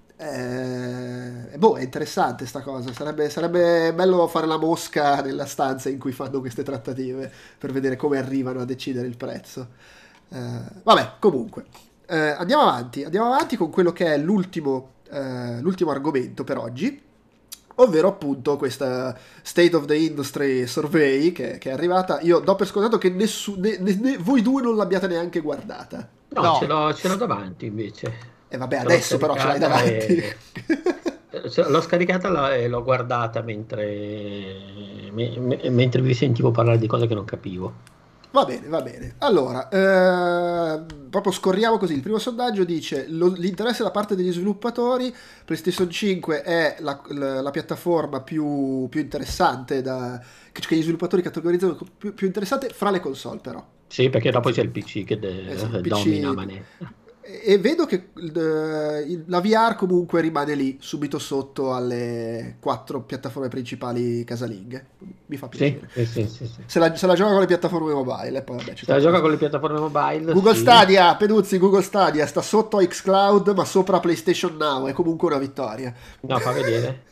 è interessante sta cosa. Sarebbe bello fare la mosca nella stanza in cui fanno queste trattative per vedere come arrivano a decidere il prezzo. Vabbè, comunque andiamo avanti con quello che è l'ultimo argomento per oggi, ovvero appunto questa State of the Industry Survey che è arrivata. Io do per scontato che voi due non l'abbiate neanche guardata. No. Ce l'ho davanti invece. E vabbè, adesso però ce l'hai davanti. L'ho scaricata e l'ho guardata mentre vi sentivo parlare di cose che non capivo. Va bene. Allora, proprio scorriamo così. Il primo sondaggio dice l'interesse da parte degli sviluppatori. PlayStation 5 è la piattaforma più interessante che gli sviluppatori categorizzano più interessante fra le console, però. Sì, perché dopo c'è il PC che domina manetta. E vedo che la VR comunque rimane lì, subito sotto alle 4 piattaforme principali casalinghe. Mi fa piacere. Sì. Se la gioca con le piattaforme mobile. E poi, vabbè, se la gioca con le piattaforme mobile. Google Stadia, Peduzzi, Google Stadia sta sotto a xCloud, ma sopra PlayStation Now. È comunque una vittoria. No, fa vedere.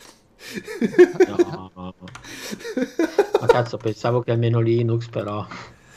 No. Ma cazzo, pensavo che almeno Linux, però.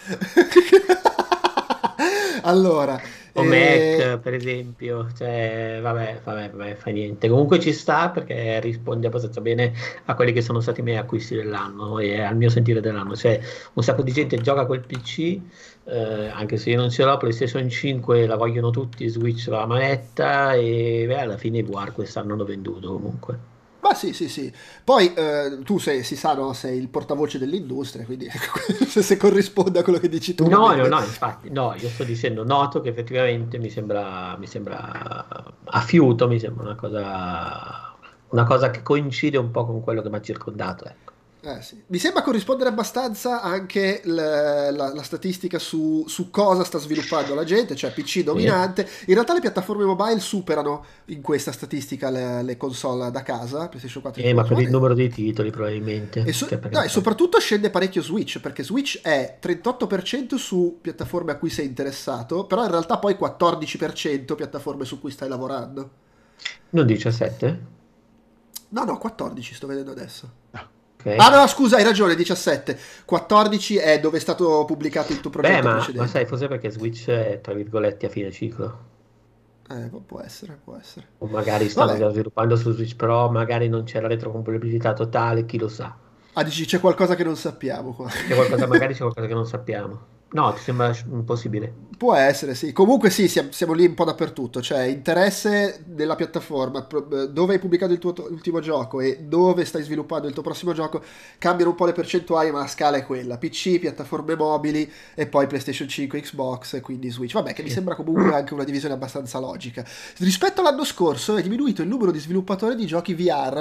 Allora, o Mac per esempio, cioè vabbè, fa niente, comunque ci sta perché risponde abbastanza bene a quelli che sono stati i miei acquisti dell'anno e al mio sentire dell'anno. Cioè un sacco di gente gioca col PC, anche se io non ce l'ho, PlayStation 5 la vogliono tutti, Switch la manetta, e alla fine i VR quest'anno hanno venduto comunque. Ma sì. Poi tu si sa, no? Sei il portavoce dell'industria, quindi se corrisponde a quello che dici tu. No, infatti, no, io sto dicendo, noto che effettivamente mi sembra a fiuto, mi sembra una cosa che coincide un po' con quello che mi ha circondato, ecco. Sì. Mi sembra corrispondere abbastanza anche la statistica su cosa sta sviluppando la gente, cioè PC dominante. In realtà le piattaforme mobile superano in questa statistica le console da casa, PlayStation 4 e Ma Xbox per il One. numero di titoli probabilmente. E soprattutto scende parecchio Switch, perché Switch è 38% su piattaforme a cui sei interessato, però in realtà poi 14% piattaforme su cui stai lavorando. Non 17? No, 14 sto vedendo adesso. Okay. Ah no, scusa, hai ragione, 17. 14 è dove è stato pubblicato il tuo progetto precedente. Ma sai, forse perché Switch è, tra virgolette, a fine ciclo. Può essere. O magari stanno Vabbè. già sviluppando su Switch Pro, magari non c'è la retrocompatibilità totale, chi lo sa. Ah, dici c'è qualcosa che non sappiamo qua. Magari c'è qualcosa che non sappiamo. No, ti sembra impossibile? Può essere, sì. Comunque sì, siamo lì un po' dappertutto. Cioè, interesse della piattaforma, dove hai pubblicato il tuo ultimo gioco e dove stai sviluppando il tuo prossimo gioco, cambiano un po' le percentuali, ma la scala è quella. PC, piattaforme mobili e poi PlayStation 5, Xbox e quindi Switch. Vabbè, che mi sembra comunque anche una divisione abbastanza logica. Rispetto all'anno scorso è diminuito il numero di sviluppatori di giochi VR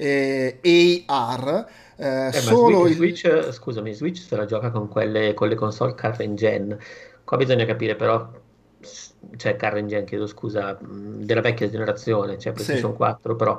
e AR. Solo Switch, scusami, Switch se la gioca con le console current gen. Qua bisogna capire però, cioè current gen, chiedo scusa, della vecchia generazione, cioè PlayStation Sì. 4, però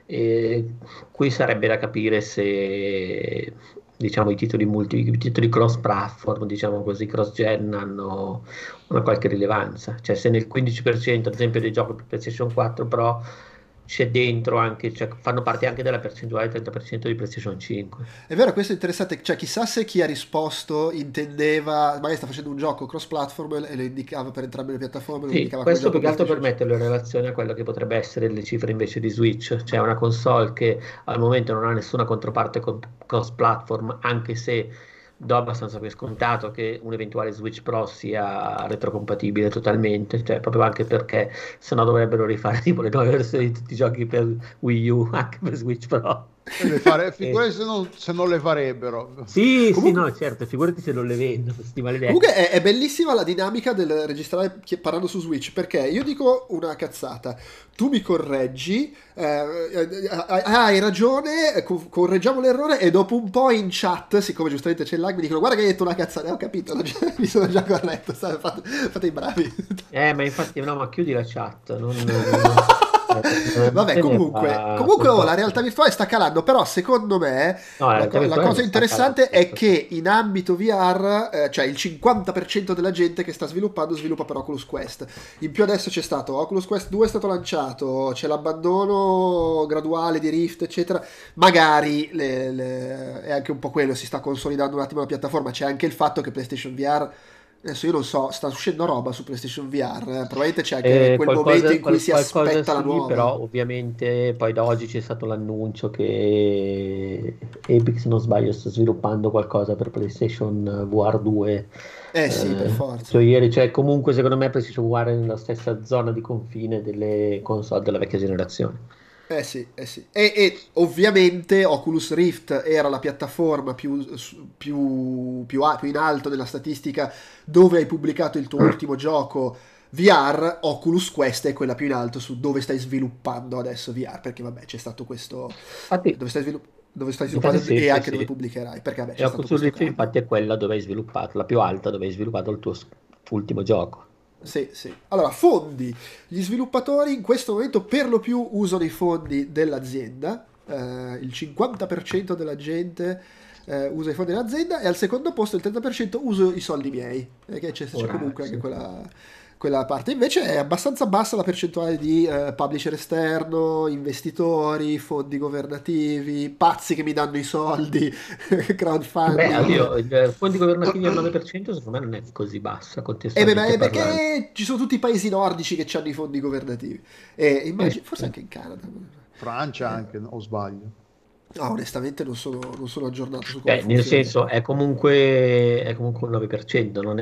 qui sarebbe da capire se diciamo i titoli cross platform, diciamo così, cross gen hanno una qualche rilevanza. Cioè se nel 15% ad esempio dei giochi per PlayStation 4 Pro c'è dentro anche, cioè fanno parte anche della percentuale del 30% di PlayStation 5. È vero, questo è interessante, cioè chissà se chi ha risposto intendeva, magari sta facendo un gioco cross-platform e lo indicava per entrambe le piattaforme, lo Sì, indicava come questo gioco più che altro per PlayStation. metterlo in relazione a quello che potrebbe essere le cifre invece di Switch, cioè una console che al momento non ha nessuna controparte cross-platform, anche se do abbastanza per scontato che un eventuale Switch Pro sia retrocompatibile totalmente, cioè proprio anche perché sennò dovrebbero rifare tipo le nuove versioni di tutti i giochi per Wii U anche per Switch Pro. Figurati se non le farebbero. Sì, Comunque- no, certo, figurati se non le vendo, questi maledetti. Comunque è bellissima la dinamica del registrare parlando su Switch, perché io dico una cazzata, tu mi correggi, hai ragione, correggiamo l'errore e dopo un po' in chat, siccome giustamente c'è il lag, mi dicono guarda che hai detto una cazzata, ho capito, mi sono già corretto, fate i bravi. Ma infatti, no, ma chiudi la chat. Vabbè, comunque la realtà virtuale sta calando, però secondo me No, la la, realtà la virtuale cosa non sta interessante calando. è che in ambito VR, cioè il 50% della gente che sta sviluppando sviluppa per Oculus Quest. In più adesso c'è stato Oculus Quest 2 è stato lanciato, c'è l'abbandono graduale di Rift, eccetera. Magari è anche un po' quello, si sta consolidando un attimo la piattaforma. C'è anche il fatto che PlayStation VR, adesso io non so, sta uscendo roba su PlayStation VR, probabilmente c'è anche quel momento in cui si aspetta la sì, nuova. però ovviamente poi da oggi c'è stato l'annuncio che Epic, se non sbaglio, sta sviluppando qualcosa per PlayStation VR 2. Sì, per forza. Cioè comunque secondo me PlayStation VR è nella stessa zona di confine delle console della vecchia generazione. Sì. E ovviamente Oculus Rift era la piattaforma più in alto nella statistica dove hai pubblicato il tuo ultimo gioco VR. Oculus Quest è quella più in alto su dove stai sviluppando adesso VR, perché vabbè c'è stato questo Infatti, dove stai sviluppando sì, e anche sì. dove pubblicherai, perché vabbè E c'è stato Oculus questo Rift cambio. infatti è quella dove hai sviluppato, la più alta dove hai sviluppato il tuo ultimo gioco. Sì. Allora, fondi. Gli sviluppatori in questo momento per lo più usano i fondi dell'azienda. Il 50% della gente usa i fondi dell'azienda e al secondo posto il 30% uso i soldi miei. Che c'è comunque anche quella parte. Invece è abbastanza bassa la percentuale di publisher esterno, investitori, fondi governativi, pazzi che mi danno i soldi, crowdfunding. I fondi governativi al 9% secondo me non è così bassa contestualmente parlando. Perché ci sono tutti i paesi nordici che hanno i fondi governativi e immagino, forse anche in Canada. Francia anche, o sbaglio? No, onestamente non sono aggiornato su come funziona. Nel senso è comunque un 9%, non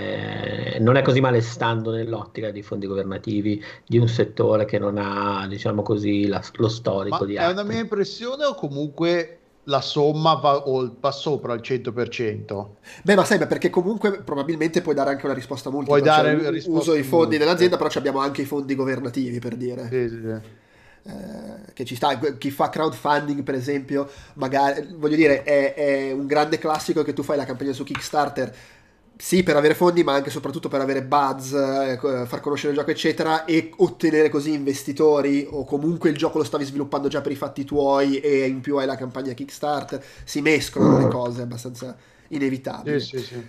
è così male stando nell'ottica dei fondi governativi di un settore che non ha, diciamo così, lo storico Ma di è altri. una mia impressione o comunque la somma va sopra il 100%? Beh, ma sai, perché comunque probabilmente puoi dare anche una risposta multipla. Puoi dare cioè, risposte uso i fondi multiple. dell'azienda, però abbiamo anche i fondi governativi, per dire. Sì. che ci sta. Chi fa crowdfunding, per esempio, magari, voglio dire, è un grande classico che tu fai la campagna su Kickstarter, sì, per avere fondi, ma anche e soprattutto per avere buzz, far conoscere il gioco, eccetera, e ottenere così investitori, o comunque il gioco lo stavi sviluppando già per i fatti tuoi e in più hai la campagna Kickstarter. Si mescolano le cose, è abbastanza Sì, inevitabile. sì, sì.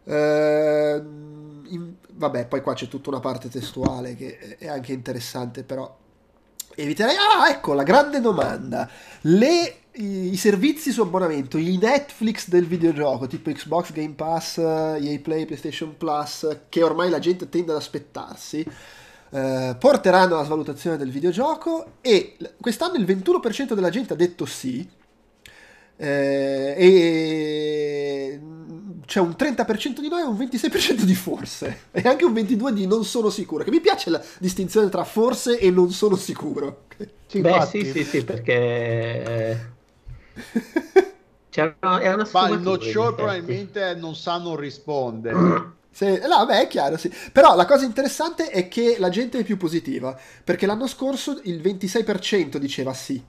Vabbè, poi qua c'è tutta una parte testuale che è anche interessante, però eviterei. Ah, ecco la grande domanda. I servizi su abbonamento, i Netflix del videogioco, tipo Xbox Game Pass, EA Play, PlayStation Plus, che ormai la gente tende ad aspettarsi, porteranno alla svalutazione del videogioco, e quest'anno il 21% della gente ha detto sì, e c'è un 30% di no e un 26% di forse, e anche un 22% di non sono sicuro, che mi piace la distinzione tra forse e non sono sicuro. Sì, Beh, infatti. sì, perché è una Ma il sfumatura, not in sure effetti. probabilmente non sanno rispondere. No, beh, è chiaro, sì. Però la cosa interessante è che la gente è più positiva, perché l'anno scorso il 26% diceva sì.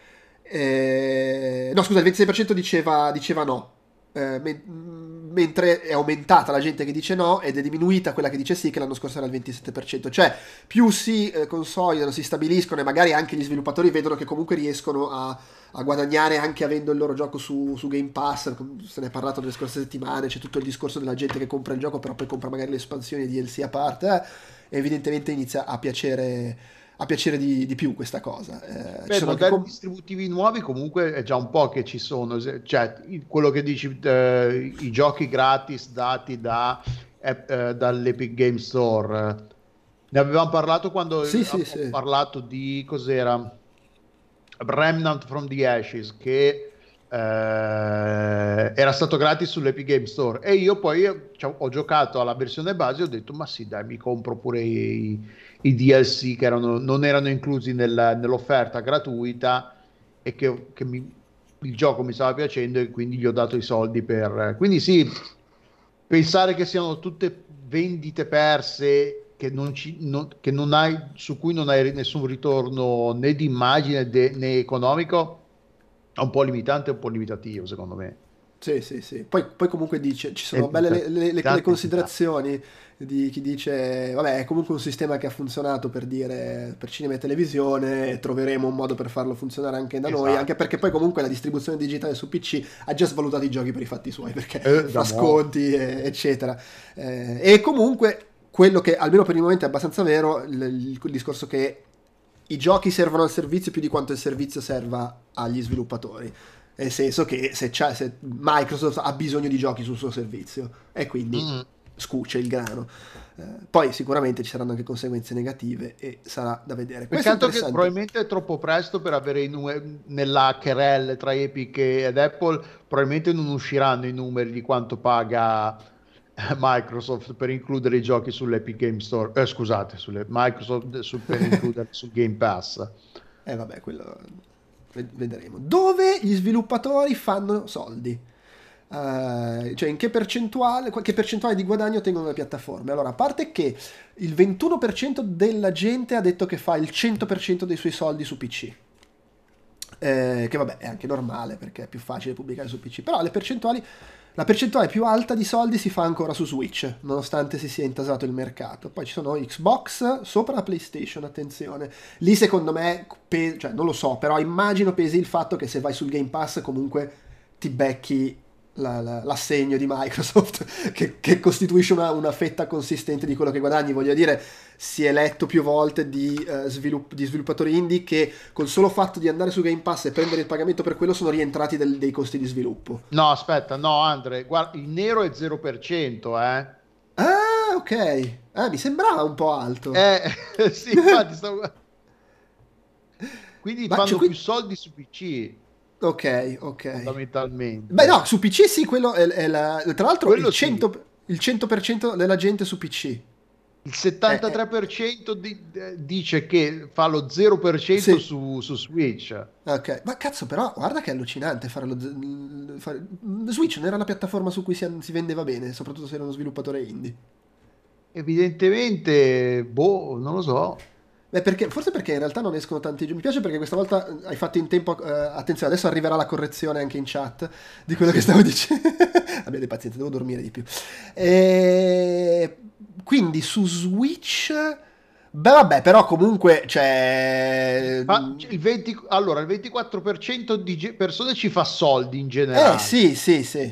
No, scusa, il 26% diceva no. Mentre è aumentata la gente che dice no ed è diminuita quella che dice sì, che l'anno scorso era il 27%. Cioè, più si consolidano, si stabiliscono, e magari anche gli sviluppatori vedono che comunque riescono a guadagnare anche avendo il loro gioco su Game Pass. Se ne è parlato nelle scorse settimane, c'è tutto il discorso della gente che compra il gioco però poi compra magari le espansioni di DLC a parte, e evidentemente inizia a piacere di più questa cosa. Ci Beh, sono anche modelli distributivi nuovi comunque è già un po' che ci sono, cioè quello che dici, i giochi gratis dati dall'Epic Game Store. Ne avevamo parlato quando Sì, sì, abbiamo sì. parlato di cos'era Remnant from the Ashes, che era stato gratis sull'Epic Game Store, e io poi ho giocato alla versione base e ho detto ma sì dai, mi compro pure i DLC che non erano inclusi nell'offerta gratuita, e il gioco mi stava piacendo e quindi gli ho dato i soldi per. Quindi sì, pensare che siano tutte vendite perse, che non hai, su cui non hai nessun ritorno né di immagine né economico, è un po' limitante, un po' limitativo secondo me. Sì, sì, sì. Poi comunque dice, ci È sono belle le limitante. considerazioni di chi dice, vabbè, è comunque un sistema che ha funzionato per dire per cinema e televisione, troveremo un modo per farlo funzionare anche da noi, anche Esatto, perché poi sì. comunque la distribuzione digitale su PC ha già svalutato i giochi per i fatti suoi, perché Da fra mo'. sconti, eccetera. E comunque quello che almeno per il momento è abbastanza vero, il discorso che i giochi servono al servizio più di quanto il servizio serva agli sviluppatori. Nel senso che se Microsoft ha bisogno di giochi sul suo servizio e quindi Mm. scuce il grano. Poi sicuramente ci saranno anche conseguenze negative e sarà da vedere. Questo è Peccato che interessante. probabilmente è troppo presto per avere nella querelle tra Epic ed Apple, probabilmente non usciranno i numeri di quanto paga Microsoft per includere i giochi sull'Epic Game Store, scusate, sulle Microsoft per includere sul Game Pass. Vabbè, quello vedremo. Dove gli sviluppatori fanno soldi? Cioè in che percentuale di guadagno ottengono le piattaforme? Allora, a parte che il 21% della gente ha detto che fa il 100% dei suoi soldi su PC. Che vabbè è anche normale perché è più facile pubblicare su PC, però la percentuale più alta di soldi si fa ancora su Switch, nonostante si sia intasato il mercato. Poi ci sono Xbox sopra la PlayStation, attenzione. Lì secondo me, cioè non lo so, però immagino pesi il fatto che se vai sul Game Pass comunque ti becchi l'assegno di Microsoft che costituisce una fetta consistente di quello che guadagni. Voglio dire, si è letto più volte di sviluppatori indie che col solo fatto di andare su Game Pass e prendere il pagamento per quello sono rientrati dei costi di sviluppo. No, aspetta, no, Andre, guarda, il nero è 0%, eh. Ah, ok. Mi sembrava un po' alto. Eh, sì, infatti, quindi Ma c'è fanno qui. più soldi su PC, Ok, ok. Beh, no, fondamentalmente. su PC sì, quello tra l'altro Quello sì. il 100% della gente su PC. Il È- 73% dice che fa lo 0% sì. su Switch. Ok, ma cazzo, però guarda che è allucinante Switch non era la piattaforma su cui si vendeva bene, soprattutto se era uno sviluppatore indie. Evidentemente, boh, non lo so. Forse perché in realtà non escono tanti giochi. Mi piace perché questa volta hai fatto in tempo. Attenzione, adesso arriverà la correzione anche in chat di quello che stavo dicendo. Abbiate pazienza, devo dormire di più. Quindi su Switch. Beh, vabbè, però comunque c'è. Allora, il 24% di persone ci fa soldi in generale. Sì, sì, sì.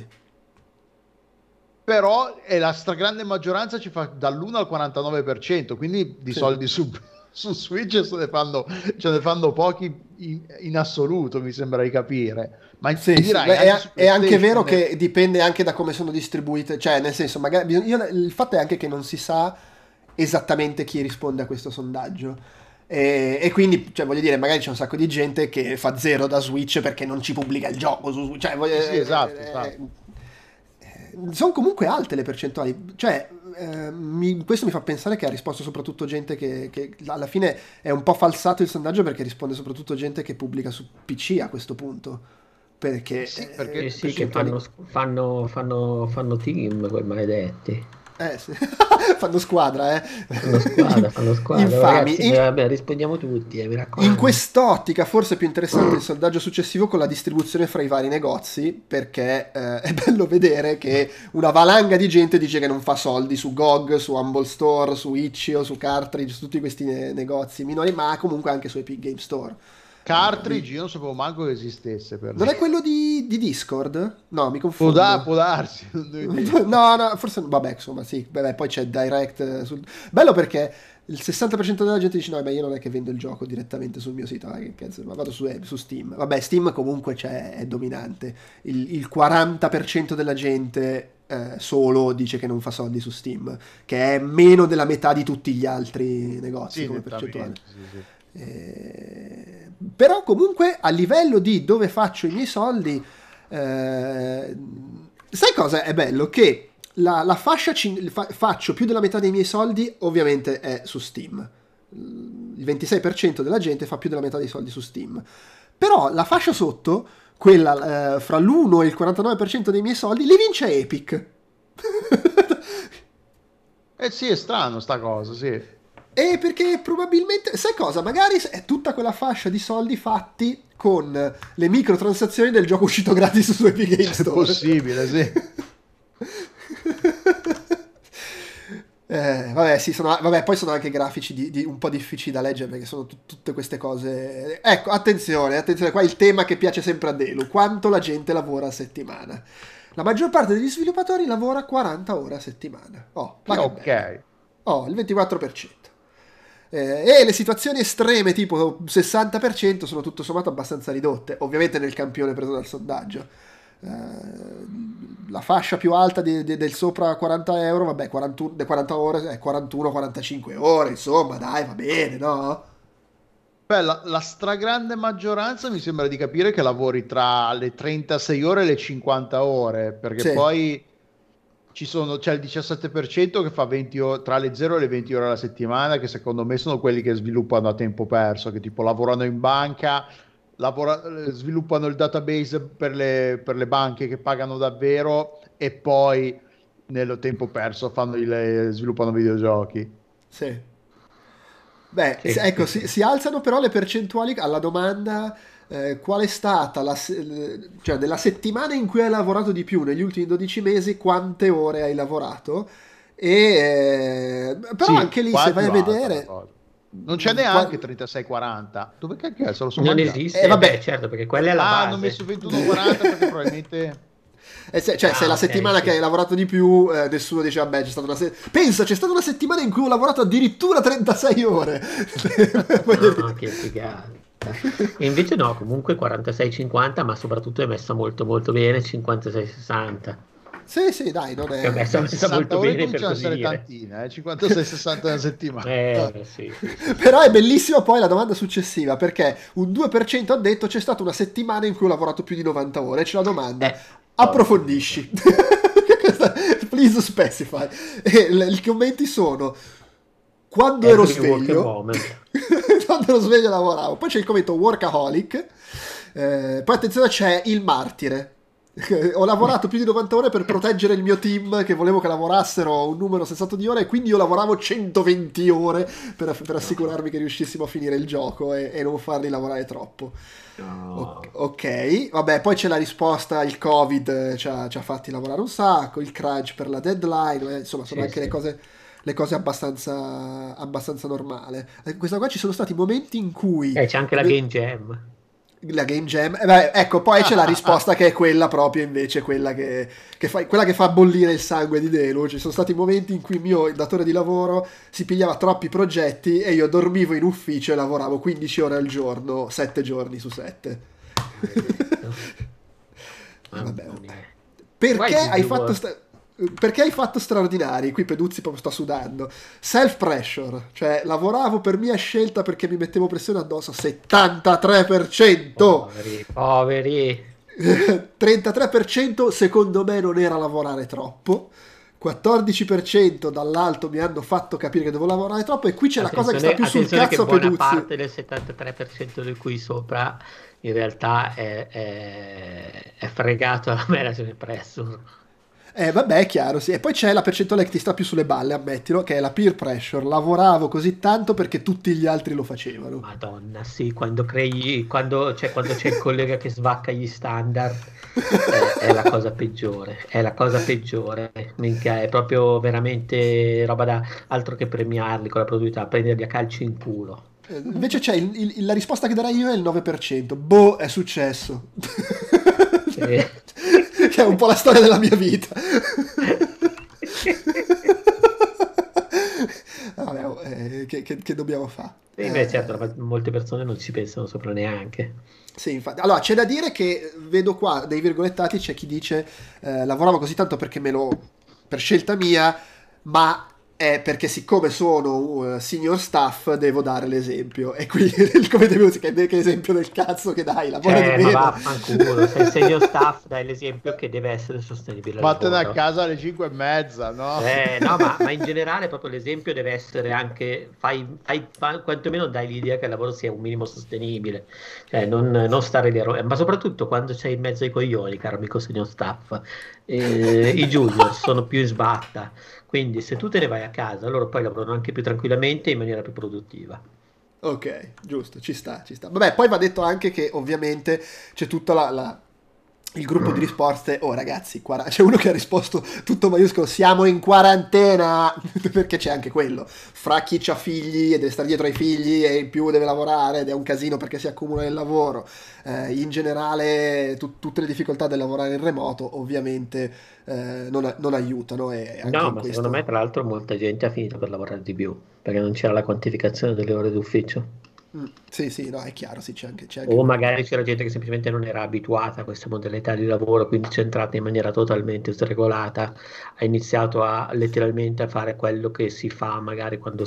Però la stragrande maggioranza ci fa dall'1 al 49%, quindi di Sì. soldi su Switch ce ne fanno pochi in assoluto, mi sembra di capire. Ma Sì, mi sì, dirai, beh, anche su è anche vero PlayStation, che dipende anche da come sono distribuite, cioè nel senso, magari il fatto è anche che non si sa esattamente chi risponde a questo sondaggio e quindi, cioè, voglio dire, magari c'è un sacco di gente che fa zero da Switch perché non ci pubblica il gioco su Switch, cioè, Sì, esatto, esatto. sono comunque alte le percentuali, cioè questo mi fa pensare che ha risposto soprattutto gente che alla fine è un po' falsato il sondaggio perché risponde soprattutto gente che pubblica su PC a questo punto, perché Sì, perché Sì, che percentuali- fanno team, quei maledetti. sì. Fanno squadra, Fanno squadra. Infami. Ragazzi, vabbè, rispondiamo tutti, mi raccomando. In quest'ottica forse è più interessante il sondaggio successivo con la distribuzione fra i vari negozi, perché è bello vedere che una valanga di gente dice che non fa soldi su GOG, su Humble Store, su Itch.io, su Cartridge, su tutti questi negozi minori, ma comunque anche su Epic Game Store. Cartridge io non sapevo manco che esistesse per Non me. è quello di Discord? No, mi Può, confondo. può darsi, non ho idea. No, forse vabbè, insomma, sì. Vabbè, poi c'è Direct bello perché il 60% della gente dice no, beh, io non è che vendo il gioco direttamente sul mio sito, che cazzo, ma vado su Steam. Vabbè, Steam comunque è dominante. Il 40% della gente solo dice che non fa soldi su Steam, che è meno della metà di tutti gli altri negozi Sì, come percentuale. nettamente, sì, sì. Però comunque a livello di dove faccio i miei soldi, sai cosa è bello? Che la fascia faccio più della metà dei miei soldi ovviamente è su Steam. Il 26% della gente fa più della metà dei soldi su Steam. Però la fascia sotto, quella fra l'1 e il 49% dei miei soldi, li vince Epic. Eh sì, è strano sta cosa, sì. E perché probabilmente, sai cosa? Magari è tutta quella fascia di soldi fatti con le microtransazioni del gioco uscito gratis su Epic Games È Store. possibile, sì. Vabbè, sì, vabbè, poi sono anche grafici un po' difficili da leggere perché sono tutte queste cose. Ecco, attenzione, qua il tema che piace sempre a Delu: quanto la gente lavora a settimana. La maggior parte degli sviluppatori lavora 40 ore a settimana. Oh, ma che bello. Ok. Oh, il 24%. E le situazioni estreme tipo 60% sono tutto sommato abbastanza ridotte, ovviamente nel campione preso dal sondaggio. La fascia più alta del sopra 40 euro, vabbè, 40 ore è 41-45 ore, insomma, dai, va bene, no? Beh, la stragrande maggioranza mi sembra di capire che lavori tra le 36 ore e le 50 ore, perché Sì. poi c'è il 17% che fa 20 tra le 0 e le 20 ore alla settimana, che secondo me sono quelli che sviluppano a tempo perso, che tipo lavorano in banca, sviluppano il database per le banche che pagano davvero e poi nel tempo perso sviluppano videogiochi. Sì. Beh, Sì, ecco, sì, sì. si alzano però le percentuali alla domanda qual è stata cioè nella settimana in cui hai lavorato di più negli ultimi 12 mesi, quante ore hai lavorato? Però Sì, anche lì qua se è vai a più alta la vedere cosa. Non c'è neanche 36-40. Dove cacchio è? Se lo sono Non mangiato. esiste, vabbè. beh, certo, perché quella è la base. Hanno messo 21-40 perché probabilmente... cioè, se la ok, settimana sì. che hai lavorato di più, nessuno dice, vabbè, c'è stata Pensa, c'è stata una settimana in cui ho lavorato addirittura 36 ore. Voglio dire. No, che figata. E invece no, comunque 46-50, ma soprattutto è messa molto molto bene 56-60. Sì, sì, dai, non Che è è. messa 60 molto ore bene per cominciano a così essere dire. tantine, 56-60 una settimana. Sì, sì, sì. Però è bellissima poi la domanda successiva, perché un 2% ha detto c'è stata una settimana in cui ho lavorato più di 90 ore. C'è la domanda, approfondisci. Please specify. E i commenti sono, quando ero Every work a sveglio, moment. quando ero sveglio lavoravo. Poi c'è il commento workaholic. Poi attenzione, c'è il martire. Ho lavorato più di 90 ore per proteggere il mio team, che volevo che lavorassero un numero sensato di ore, e quindi io lavoravo 120 ore per assicurarmi che riuscissimo a finire il gioco e non farli lavorare troppo. No. Ok, vabbè, poi c'è la risposta, il Covid ci ha fatti lavorare un sacco, il crunch per la deadline, insomma sono Sì, anche sì. le cose abbastanza normale. Questa qua ci sono stati momenti in cui C'è anche la Game Jam. la Game Jam, beh, ecco, poi c'è la risposta che è quella proprio invece, quella che fa bollire il sangue di Delu. Ci sono stati momenti in cui il mio datore di lavoro si pigliava troppi progetti e io dormivo in ufficio e lavoravo 15 ore al giorno, 7 giorni su 7. Maledetto. Vabbè, Mamma mia. perché Why did hai you fatto work? perché hai fatto straordinari? Qui Peduzzi proprio sta sudando. Self pressure, cioè lavoravo per mia scelta perché mi mettevo pressione addosso. 73%. Poveri, poveri. 33% secondo me non era lavorare troppo. 14% dall'alto mi hanno fatto capire che devo lavorare troppo. E qui c'è la cosa che sta più sul Attenzione che cazzo a buona Peduzzi. parte del 73% di cui sopra in realtà è fregato alla management pressure. Vabbè, è chiaro, sì. E poi c'è la percentuale che ti sta più sulle balle, ammettilo, che è la peer pressure. Lavoravo così tanto perché tutti gli altri lo facevano. Madonna, sì, quando c'è il collega che svacca gli standard, è la cosa peggiore, è la cosa peggiore. Minchia, è proprio veramente roba da altro che premiarli con la produttività, prenderli a calci in culo. Invece c'è la risposta che darei io è il 9%. Boh, è successo. Sì. Che è un po' la storia della mia vita. Vabbè, che dobbiamo fare? E beh, certo, ma molte persone non ci pensano sopra neanche. Sì, infatti. Allora, c'è da dire che vedo qua dei virgolettati, c'è chi dice lavoravo così tanto perché per scelta mia, ma è perché siccome sono senior staff devo dare l'esempio. E qui come devo che esempio del cazzo che dai, lavora di Ma meno. vaffanculo, sei il senior staff, dai l'esempio che deve essere sostenibile al Vattene a lavoro. casa alle 5:30, no? No, ma in generale proprio l'esempio deve essere anche, quantomeno dai l'idea che il lavoro sia un minimo sostenibile, cioè non stare lì ma soprattutto quando sei in mezzo ai coglioni, caro amico senior staff, i junior sono più in sbatta, quindi se tu te ne vai a casa, loro poi lavorano anche più tranquillamente e in maniera più produttiva. Ok, giusto, ci sta, ci sta. Vabbè, poi va detto anche che ovviamente c'è tutta il gruppo di risposte. Oh ragazzi, c'è uno che ha risposto tutto maiuscolo, siamo in quarantena, perché c'è anche quello. Fra chi ha figli e deve stare dietro ai figli e in più deve lavorare ed è un casino perché si accumula il lavoro. In generale tutte le difficoltà del lavorare in remoto ovviamente non aiutano. E anche No, in ma questo... secondo me tra l'altro molta gente ha finito per lavorare di più, perché non c'era la quantificazione delle ore d'ufficio. Sì, sì, no, è chiaro, sì, c'è anche O quello. magari c'era gente che semplicemente non era abituata a questa modalità di lavoro, quindi c'è entrata in maniera totalmente sregolata, ha iniziato letteralmente a fare quello che si fa magari quando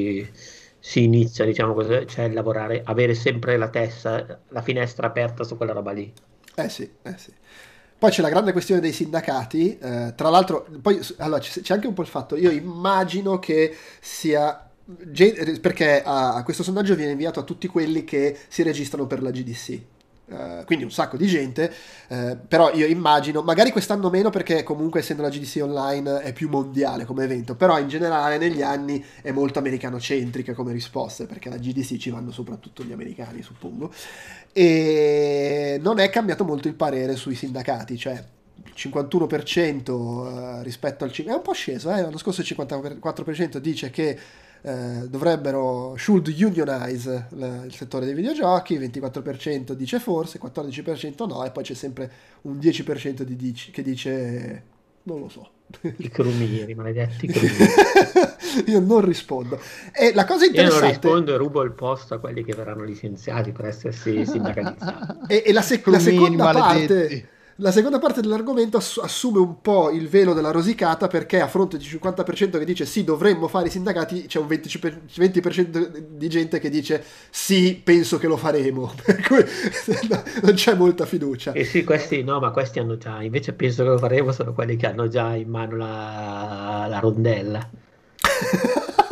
si inizia, diciamo così, cioè lavorare, avere sempre la testa, la finestra aperta su quella roba lì. Sì, eh sì. Poi c'è la grande questione dei sindacati, tra l'altro, poi allora, c'è anche un po' il fatto, io immagino che sia, perché a questo sondaggio viene inviato a tutti quelli che si registrano per la GDC. Quindi un sacco di gente, però io immagino, magari quest'anno meno perché comunque essendo la GDC online è più mondiale come evento, però in generale negli anni è molto americano-centrica come risposte, perché alla GDC ci vanno soprattutto gli americani, suppongo, e non è cambiato molto il parere sui sindacati, cioè il 51% rispetto al 5%, è un po' sceso, l'anno scorso il 54% dice che should unionize il settore dei videogiochi, il 24% dice forse, 14% no, e poi c'è sempre un 10% che dice non lo so. I crumiri, maledetti crumiri. Io non rispondo. E la cosa Io non interessante rispondo e rubo il posto a quelli che verranno licenziati per essersi sindacalizzati. e la Crumini seconda maledetti. parte. La seconda parte dell'argomento assume un po' il velo della rosicata, perché a fronte di 50% che dice sì, dovremmo fare i sindacati, c'è un 20% di gente che dice sì, penso che lo faremo. Per cui non c'è molta fiducia. E sì, questi no, ma questi hanno già, invece penso che lo faremo, sono quelli che hanno già in mano la rondella.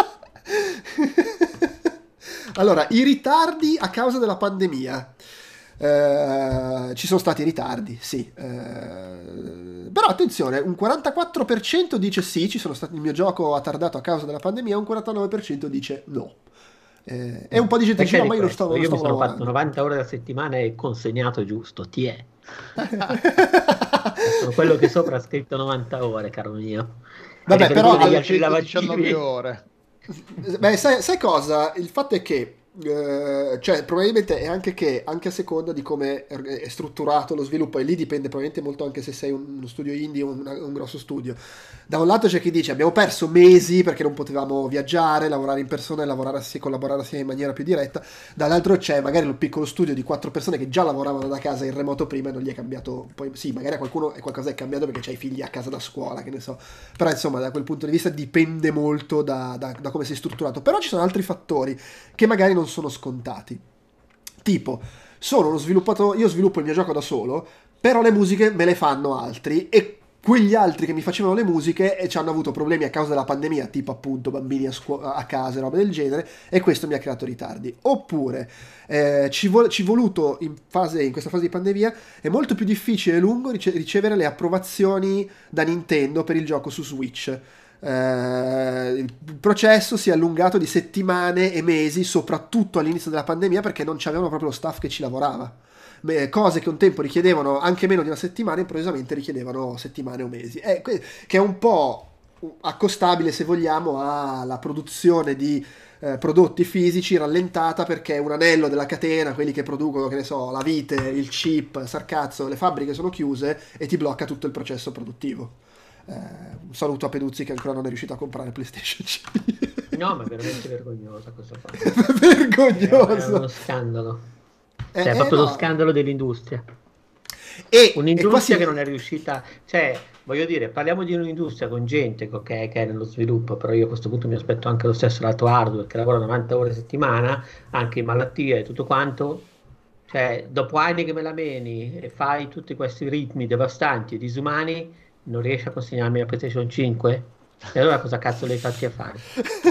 Allora, i ritardi a causa della pandemia. Ci sono stati ritardi, sì. Però attenzione, un 44% dice sì, il mio gioco ha tardato a causa della pandemia, un 49% dice no. E un po' di gente dice Perché no, di ma io non questo? stavo, non Io mi stavo sono fatto lavorando. 90 ore alla settimana e consegnato giusto, ti è. Sono quello che sopra ha scritto 90 ore, caro mio. Eri Vabbè, per però via degli al- altri 119 lavativi. ore. Beh, sai cosa? Il fatto è che, cioè, probabilmente è anche che, anche a seconda di come è strutturato lo sviluppo, e lì dipende probabilmente molto anche se sei uno studio indie o un grosso studio. Da un lato c'è chi dice abbiamo perso mesi perché non potevamo viaggiare, lavorare in persona e collaborare assieme in maniera più diretta. Dall'altro c'è magari lo piccolo studio di 4 persone che già lavoravano da casa in remoto prima e non gli è cambiato. Poi sì, magari a qualcuno è qualcosa è cambiato perché c'hai i figli a casa da scuola, che ne so. Però insomma da quel punto di vista dipende molto da come sei strutturato. Però ci sono altri fattori che magari non sono scontati. Tipo, sono uno sviluppatore, io sviluppo il mio gioco da solo, però le musiche me le fanno altri e quegli altri che mi facevano le musiche e ci hanno avuto problemi a causa della pandemia, tipo appunto bambini a casa e roba del genere, e questo mi ha creato ritardi. Oppure ci voluto in questa fase di pandemia è molto più difficile e lungo ricevere le approvazioni da Nintendo per il gioco su Switch. Il processo si è allungato di settimane e mesi, soprattutto all'inizio della pandemia, perché non c'avevano proprio lo staff che ci lavorava. Cose che un tempo richiedevano anche meno di una settimana, improvvisamente richiedevano settimane o mesi. Che è un po' accostabile, se vogliamo, alla produzione di prodotti fisici rallentata, perché è un anello della catena, quelli che producono, che ne so, la vite, il chip, sarcazzo, le fabbriche sono chiuse e ti blocca tutto il processo produttivo. Un saluto a Peduzzi che ancora non è riuscito a comprare PlayStation 5. No, ma è veramente vergognosa questa cosa. È Vergognoso. uno scandalo. Cioè, è proprio lo No. scandalo dell'industria. E qua Un'industria che non è riuscita, cioè, voglio dire, parliamo di un'industria con gente che è nello sviluppo, però io a questo punto mi aspetto anche lo stesso lato hardware, che lavora 90 ore a settimana, anche in malattie e tutto quanto. Cioè, dopo anni che me la meni e fai tutti questi ritmi devastanti e disumani, non riesci a consegnarmi la PlayStation 5? E allora cosa cazzo l'hai fatti a fare?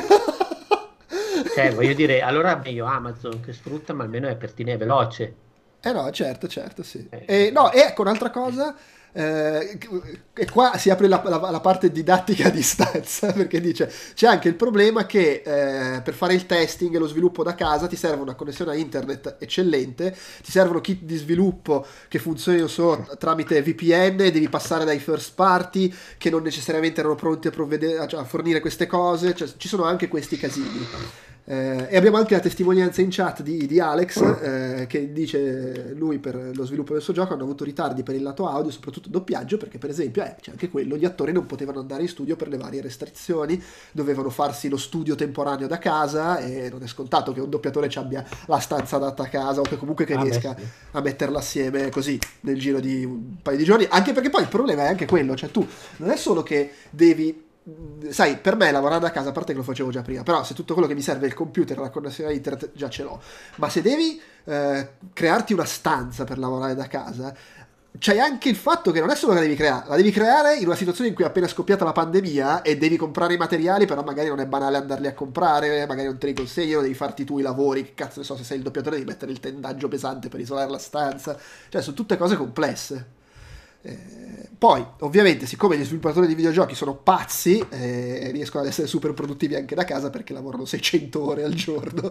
Cioè, voglio dire, allora meglio Amazon che sfrutta, ma almeno è per te è veloce. No, certo, sì. Eh, No, e ecco un'altra cosa, e qua si apre la parte didattica a distanza, perché dice, c'è anche il problema che per fare il testing e lo sviluppo da casa ti serve una connessione a internet eccellente, ti servono kit di sviluppo che funzionino solo tramite VPN, devi passare dai first party che non necessariamente erano pronti a fornire queste cose, cioè, ci sono anche questi casini. E abbiamo anche la testimonianza in chat di Alex, che dice lui per lo sviluppo del suo gioco hanno avuto ritardi per il lato audio, soprattutto doppiaggio, perché per esempio c'è anche quello, gli attori non potevano andare in studio per le varie restrizioni, dovevano farsi lo studio temporaneo da casa e non è scontato che un doppiatore ci abbia la stanza adatta a casa o che comunque che riesca sì. a metterla assieme così nel giro di un paio di giorni, anche perché poi il problema è anche quello, cioè tu non è solo che devi, sai, per me lavorare da casa, a parte che lo facevo già prima, però se tutto quello che mi serve è il computer e la connessione a internet già ce l'ho, ma se devi crearti una stanza per lavorare da casa, c'hai anche il fatto che non è solo che la devi creare in una situazione in cui è appena scoppiata la pandemia e devi comprare i materiali, però magari non è banale andarli a comprare, magari non te li consegnano, devi farti tu i lavori, che cazzo ne so, se sei il doppiatore devi mettere il tendaggio pesante per isolare la stanza, cioè sono tutte cose complesse. Poi ovviamente siccome gli sviluppatori di videogiochi sono pazzi, riescono ad essere super produttivi anche da casa perché lavorano 600 ore al giorno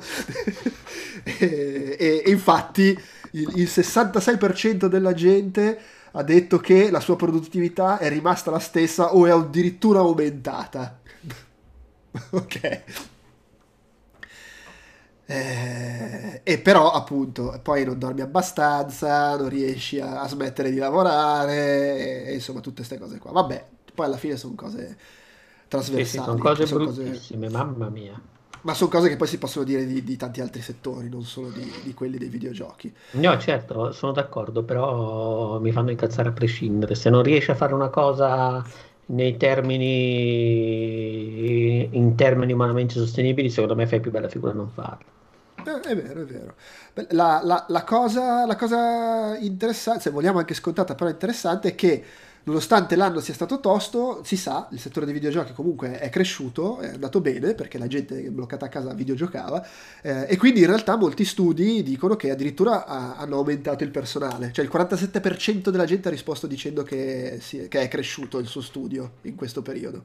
e infatti il 66% della gente ha detto che la sua produttività è rimasta la stessa o è addirittura aumentata. Ok. E però appunto poi non dormi abbastanza, non riesci a smettere di lavorare e insomma tutte queste cose qua, vabbè, poi alla fine sono cose Sì, sono trasversali, cose sono bruttissime, mamma mia. ma sono cose che poi si possono dire di tanti altri settori, non solo di quelli dei videogiochi. No, certo, sono d'accordo, però mi fanno incazzare a prescindere. Se non riesci a fare una cosa in termini umanamente sostenibili, secondo me fai più bella figura a non farlo. È vero, è vero. Beh, la cosa interessante, se vogliamo anche scontata, però interessante, è che nonostante l'anno sia stato tosto, si sa, il settore dei videogiochi comunque è cresciuto, è andato bene perché la gente bloccata a casa videogiocava, e quindi in realtà molti studi dicono che addirittura hanno aumentato il personale, cioè il 47% della gente ha risposto dicendo che è cresciuto il suo studio in questo periodo.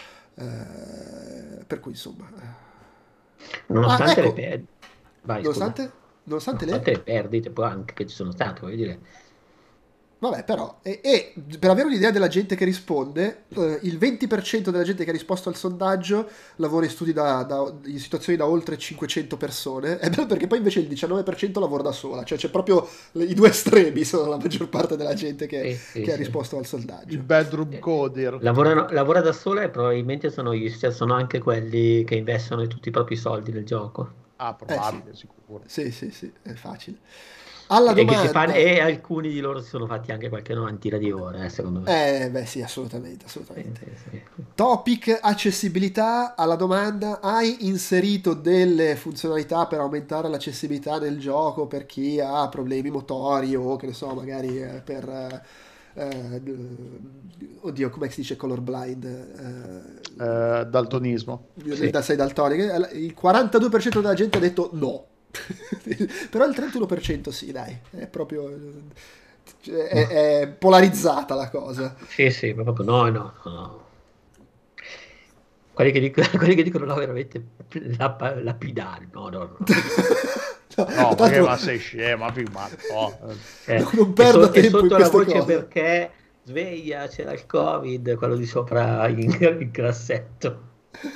Per cui insomma... Nonostante le ecco, perdite, vai, scusa. nonostante Nonostante le... le perdite poi anche che ci sono state, voglio dire. Vabbè, però, e per avere un'idea della gente che risponde, il 20% della gente che ha risposto al sondaggio lavora in studi in situazioni da oltre 500 persone. È bello perché poi invece il 19% lavora da sola, cioè c'è proprio i due estremi, sono la maggior parte della gente che ha Sì. risposto al Il sondaggio. bedroom coder. Lavora da sola e probabilmente sono anche quelli che investono tutti i propri soldi nel gioco. Ah, Sì, probabile, sicuro. sì, è facile. Alla domanda... E alcuni di loro si sono fatti anche qualche novantina di ore, secondo me. Beh sì, assolutamente. Sì. Topic accessibilità, alla domanda: hai inserito delle funzionalità per aumentare l'accessibilità del gioco per chi ha problemi motori o che ne so, magari per oddio, come si dice colorblind? Daltonismo. Sì. Sei daltonico? Il 42% della gente ha detto no. Però il 31% sì, dai, è proprio è polarizzata la cosa. Sì, ma proprio no. Quelli che dicono no, veramente lapidari. No. No, No, tra perché l'altro, ma sei scema, prima. No. non perda E tempo in sotto la queste voce cose. perché sveglia, c'era il Covid, quello di sopra in grassetto.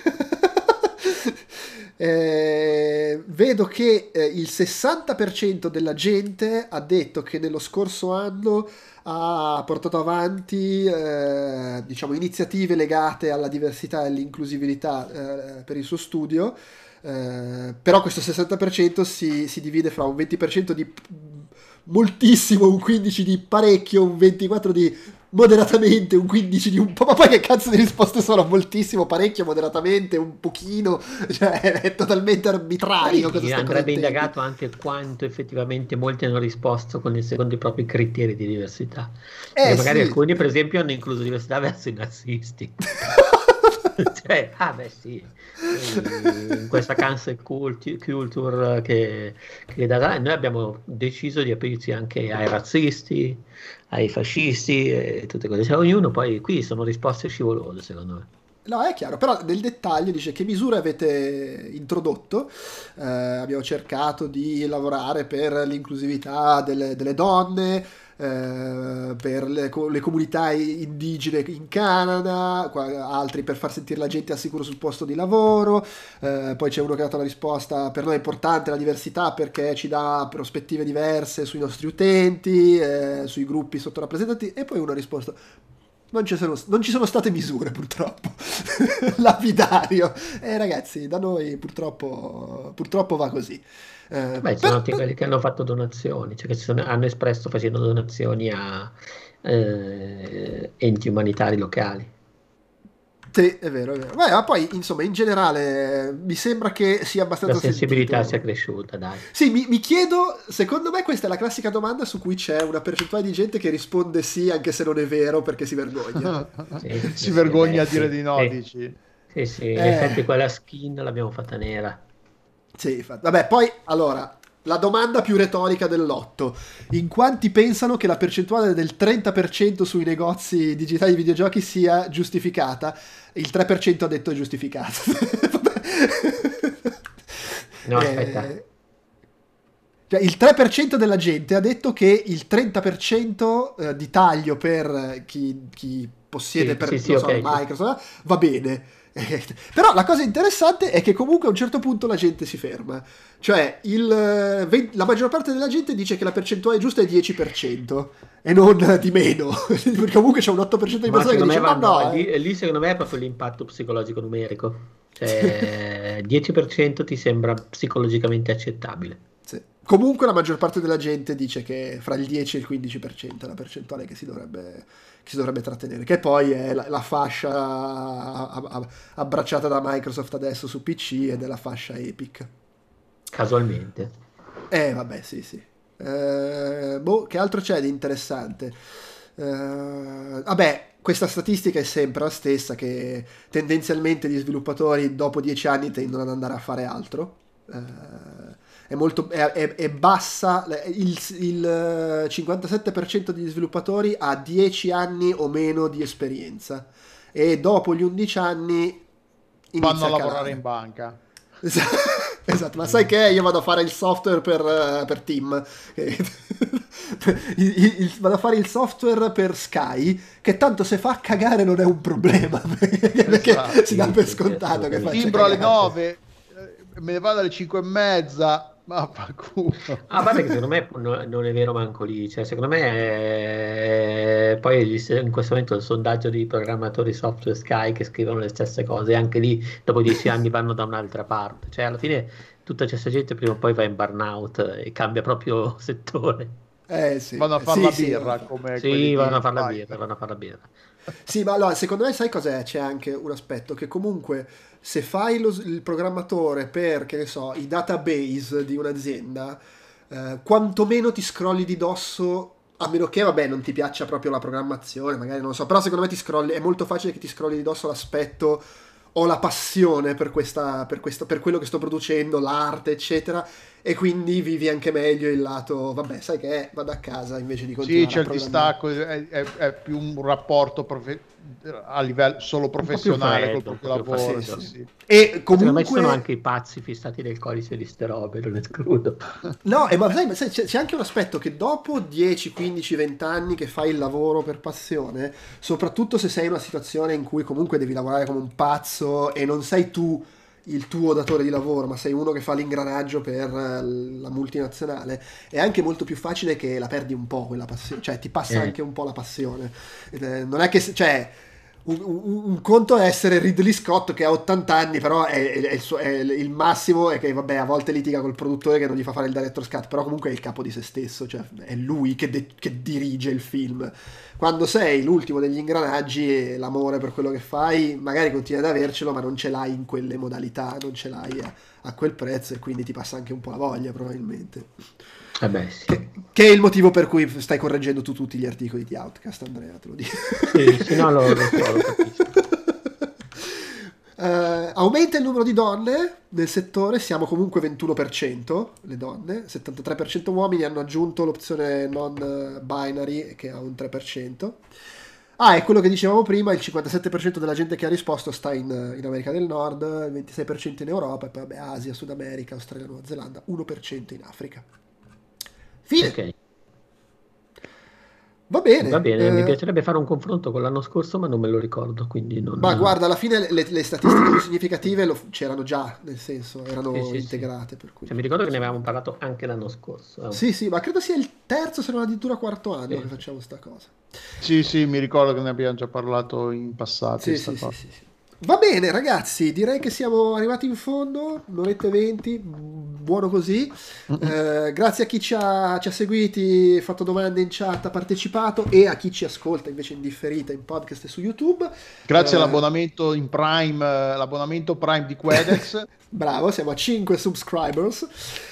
Vedo che il 60% della gente ha detto che nello scorso anno ha portato avanti diciamo, iniziative legate alla diversità e all'inclusività per il suo studio. Però questo 60% si divide fra un 20% di moltissimo, un 15% di parecchio, un 24% di moderatamente, un 15% di un po'. Ma poi che cazzo di risposte sono? Moltissimo, parecchio, moderatamente, un pochino, cioè è totalmente arbitrario cosa sta Andrebbe intendi. indagato anche quanto effettivamente molti hanno risposto secondo i propri criteri di diversità. Perché magari Sì. alcuni, per esempio, hanno incluso diversità verso i nazisti. Cioè, beh sì, in questa cancel culture che noi abbiamo deciso di aprirci anche ai razzisti, ai fascisti e tutte cose. Cioè, ognuno poi qui sono risposte scivolose, secondo me. No, è chiaro, però nel dettaglio dice che misure avete introdotto. Abbiamo cercato di lavorare per l'inclusività delle donne, per le comunità indigene in Canada, altri per far sentire la gente al sicuro sul posto di lavoro. Poi c'è uno che ha dato la risposta: per noi è importante la diversità perché ci dà prospettive diverse sui nostri utenti, sui gruppi sottorappresentati. E poi uno ha risposto: non ci sono state misure, purtroppo. Lapidario. Ragazzi, da noi purtroppo va così. Beh, ci sono anche quelli che hanno fatto donazioni, cioè che hanno espresso facendo donazioni a enti umanitari locali. Sì, è vero, è vero. Beh, ma poi, insomma, in generale mi sembra che sia La abbastanza sensibilità sentito. sia cresciuta, dai. Sì, mi chiedo, secondo me questa è la classica domanda su cui c'è una percentuale di gente che risponde sì anche se non è vero perché si vergogna. Si vergogna a beh, dire sì, di no, sì. dici? Sì, in effetti quella skin l'abbiamo fatta nera. Sì, infatti. Vabbè, poi, allora, la domanda più retorica dell'otto. In quanti pensano che la percentuale del 30% sui negozi digitali di videogiochi sia giustificata? Il 3% ha detto è giustificata. No, aspetta. Cioè, il 3% della gente ha detto che il 30% di taglio per chi possiede Sì, non so, ok. Microsoft va bene. Però la cosa interessante è che comunque a un certo punto la gente si ferma. Cioè la maggior parte della gente dice che la percentuale giusta è 10% e non di meno. Perché comunque c'è un 8% di Ma persone che secondo me dice no. lì secondo me è proprio l'impatto psicologico numerico. Cioè, 10% ti sembra psicologicamente accettabile. Sì. Comunque la maggior parte della gente dice che fra il 10 e il 15% è la percentuale che si dovrebbe trattenere, che poi è la fascia abbracciata da Microsoft adesso su PC ed è la fascia Epic. Casualmente. Vabbè, sì. Che altro c'è di interessante? Vabbè, questa statistica è sempre la stessa, che tendenzialmente gli sviluppatori dopo 10 anni tendono ad andare a fare altro. È bassa, il 57% degli sviluppatori ha 10 anni o meno di esperienza e dopo gli 11 anni vanno a lavorare calare in banca. Esatto, ma sai che io vado a fare il software per Team, vado a fare il software per Sky, che tanto se fa cagare non è un problema, perché Esatto, si dà per sì, scontato che faccia Timbro alle cagare. 9, me ne vado alle 5:30, ma fa culo. Ah, guarda che secondo me non è vero manco lì, cioè secondo me poi in questo momento il sondaggio di programmatori software Sky che scrivono le stesse cose, anche lì dopo 10 anni vanno da un'altra parte, cioè alla fine tutta questa gente prima o poi va in burnout e cambia proprio settore. Sì, Vanno a fare sì, la sì, birra come quelli Sì, di vanno a fare la Sky. birra, vanno a fare la birra. Sì, ma allora, secondo me sai cos'è? C'è anche un aspetto che comunque se fai il programmatore per, che ne so, i database di un'azienda, quantomeno ti scrolli di dosso, a meno che, vabbè, non ti piaccia proprio la programmazione, magari non lo so, però secondo me ti scrolli, è molto facile che ti scrolli di dosso l'aspetto ho la passione per quello che sto producendo, l'arte, eccetera, e quindi vivi anche meglio il lato, vabbè, sai che è, vado a casa invece di Sì, continuare c'è a il programmare. distacco, è più un rapporto a livello solo professionale col freddo, un proprio po' più lavoro. freddo. Sì, sì. E Secondo me ci sono comunque anche i pazzi fissati del codice di ste robe, non escludo. no, ma sai, c'è anche un aspetto che dopo 10, 15, 20 anni che fai il lavoro per passione, soprattutto se sei in una situazione in cui comunque devi lavorare come un pazzo e non sei tu il tuo datore di lavoro, ma sei uno che fa l'ingranaggio per la multinazionale, è anche molto più facile che la perdi un po' quella passione, cioè ti passa anche un po' la passione. Non è che, cioè, un conto è essere Ridley Scott che ha 80 anni, però il massimo è che, vabbè, a volte litiga col produttore che non gli fa fare il director's cut, però comunque è il capo di se stesso, cioè è lui che dirige il film. Quando sei l'ultimo degli ingranaggi e l'amore per quello che fai, magari continui ad avercelo, ma non ce l'hai in quelle modalità, non ce l'hai a quel prezzo e quindi ti passa anche un po' la voglia, probabilmente. Vabbè, sì. Che è il motivo per cui stai correggendo tu tutti gli articoli di Outcast, Andrea, te lo dico. Sì, no, lo capisco. Aumenta il numero di donne nel settore, siamo comunque 21% le donne, 73% uomini, hanno aggiunto l'opzione non binary che ha un 3%. E quello che dicevamo prima, il 57% della gente che ha risposto sta in America del Nord, il 26% in Europa, e poi vabbè, Asia, Sud America, Australia, Nuova Zelanda, 1% in Africa. Fine. Ok. Va bene. Va bene, mi piacerebbe fare un confronto con l'anno scorso, ma non me lo ricordo, quindi non... Ma guarda, alla fine le statistiche più significative c'erano già, nel senso, erano Sì, sì, sì. integrate. Per cui... Cioè, mi ricordo che ne avevamo parlato anche l'anno scorso. Sì, ma credo sia il terzo, se non addirittura quarto anno Sì. che facciamo sta cosa. Sì, mi ricordo che ne abbiamo già parlato in passato. Sì. Va bene, ragazzi, direi che siamo arrivati in fondo, un'oretta e 20, buono così. Grazie a chi ci ha seguiti, fatto domande in chat, ha partecipato, e a chi ci ascolta invece in differita in podcast e su YouTube. Grazie all'abbonamento in Prime, l'abbonamento Prime di Quedex. Bravo, siamo a 5 subscribers.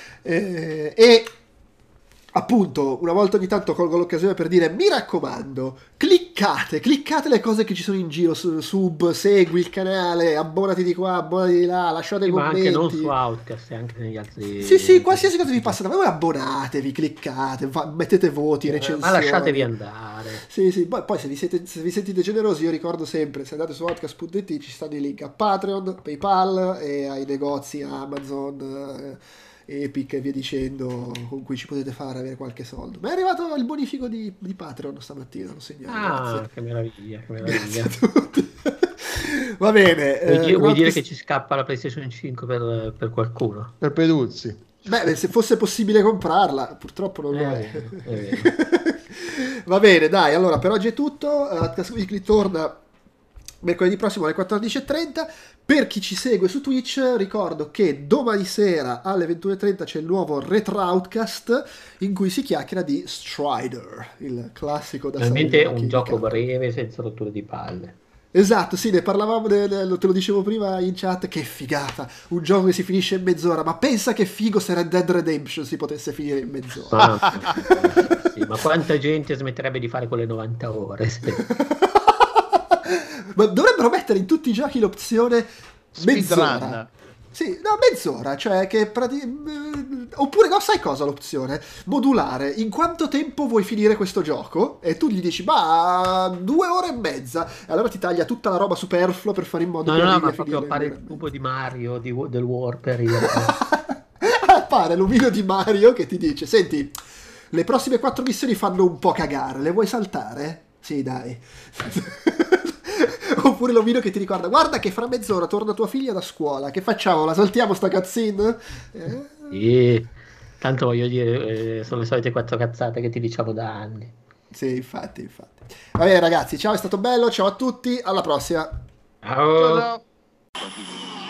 E appunto, una volta ogni tanto colgo l'occasione per dire: mi raccomando, cliccate le cose che ci sono in giro, sub, segui il canale, abbonati di qua, abbonati di là, lasciate Sì, ma commenti. anche non su Outcast, anche negli altri... Sì, qualsiasi cosa vi passa da voi, abbonatevi, cliccate, mettete voti, recensioni. Ma lasciatevi andare. Sì, poi se vi sentite generosi, io ricordo sempre, se andate su outcast.it ci stanno i link a Patreon, PayPal e ai negozi Amazon, Epic e via dicendo, con cui ci potete fare avere qualche soldo. Ma è arrivato il bonifico di Patreon stamattina, lo segnalo. Grazie. Che meraviglia, che Grazie meraviglia. a tutti. Va bene. Vuoi dire che ci scappa la PlayStation 5 per qualcuno? Per Peduzzi. Beh, se fosse possibile comprarla, purtroppo non lo è. È vero. Va bene, dai, allora per oggi è tutto. Outcast Weekly torna mercoledì prossimo alle 14:30. Per chi ci segue su Twitch, ricordo che domani sera alle 21:30 c'è il nuovo Retro Outcast in cui si chiacchiera di Strider, il classico da Finalmente salire un gioco macchina. breve senza rotture di palle. Esatto, sì, ne parlavamo, te lo dicevo prima in chat, che figata, un gioco che si finisce in mezz'ora, ma pensa che figo se Red Dead Redemption si potesse finire in mezz'ora. Ah, sì. Ma quanta gente smetterebbe di fare quelle 90 ore? Ma dovrebbero mettere in tutti i giochi l'opzione mezz'ora. Speedrun. Sì, no, mezz'ora, cioè che oppure no, sai cosa l'opzione? Modulare. In quanto tempo vuoi finire questo gioco? E tu gli dici, ma 2 ore e mezza. E allora ti taglia tutta la roba superflua per fare in modo che No, arrivi ma a finire proprio in appare 1 ora il e tubo di Mario, del Warper. Appare l'omino di Mario che ti dice, senti, le prossime 4 missioni fanno un po' cagare, le vuoi saltare? Sì, dai. Oppure l'omino che ti ricorda, guarda che fra mezz'ora torna tua figlia da scuola, che facciamo? La saltiamo sta cutscene? Sì, tanto voglio dire, sono le solite 4 cazzate che ti diciamo da anni. Sì, infatti. Va bene ragazzi, ciao, è stato bello, ciao a tutti, alla prossima. Ciao, Ciao. ciao.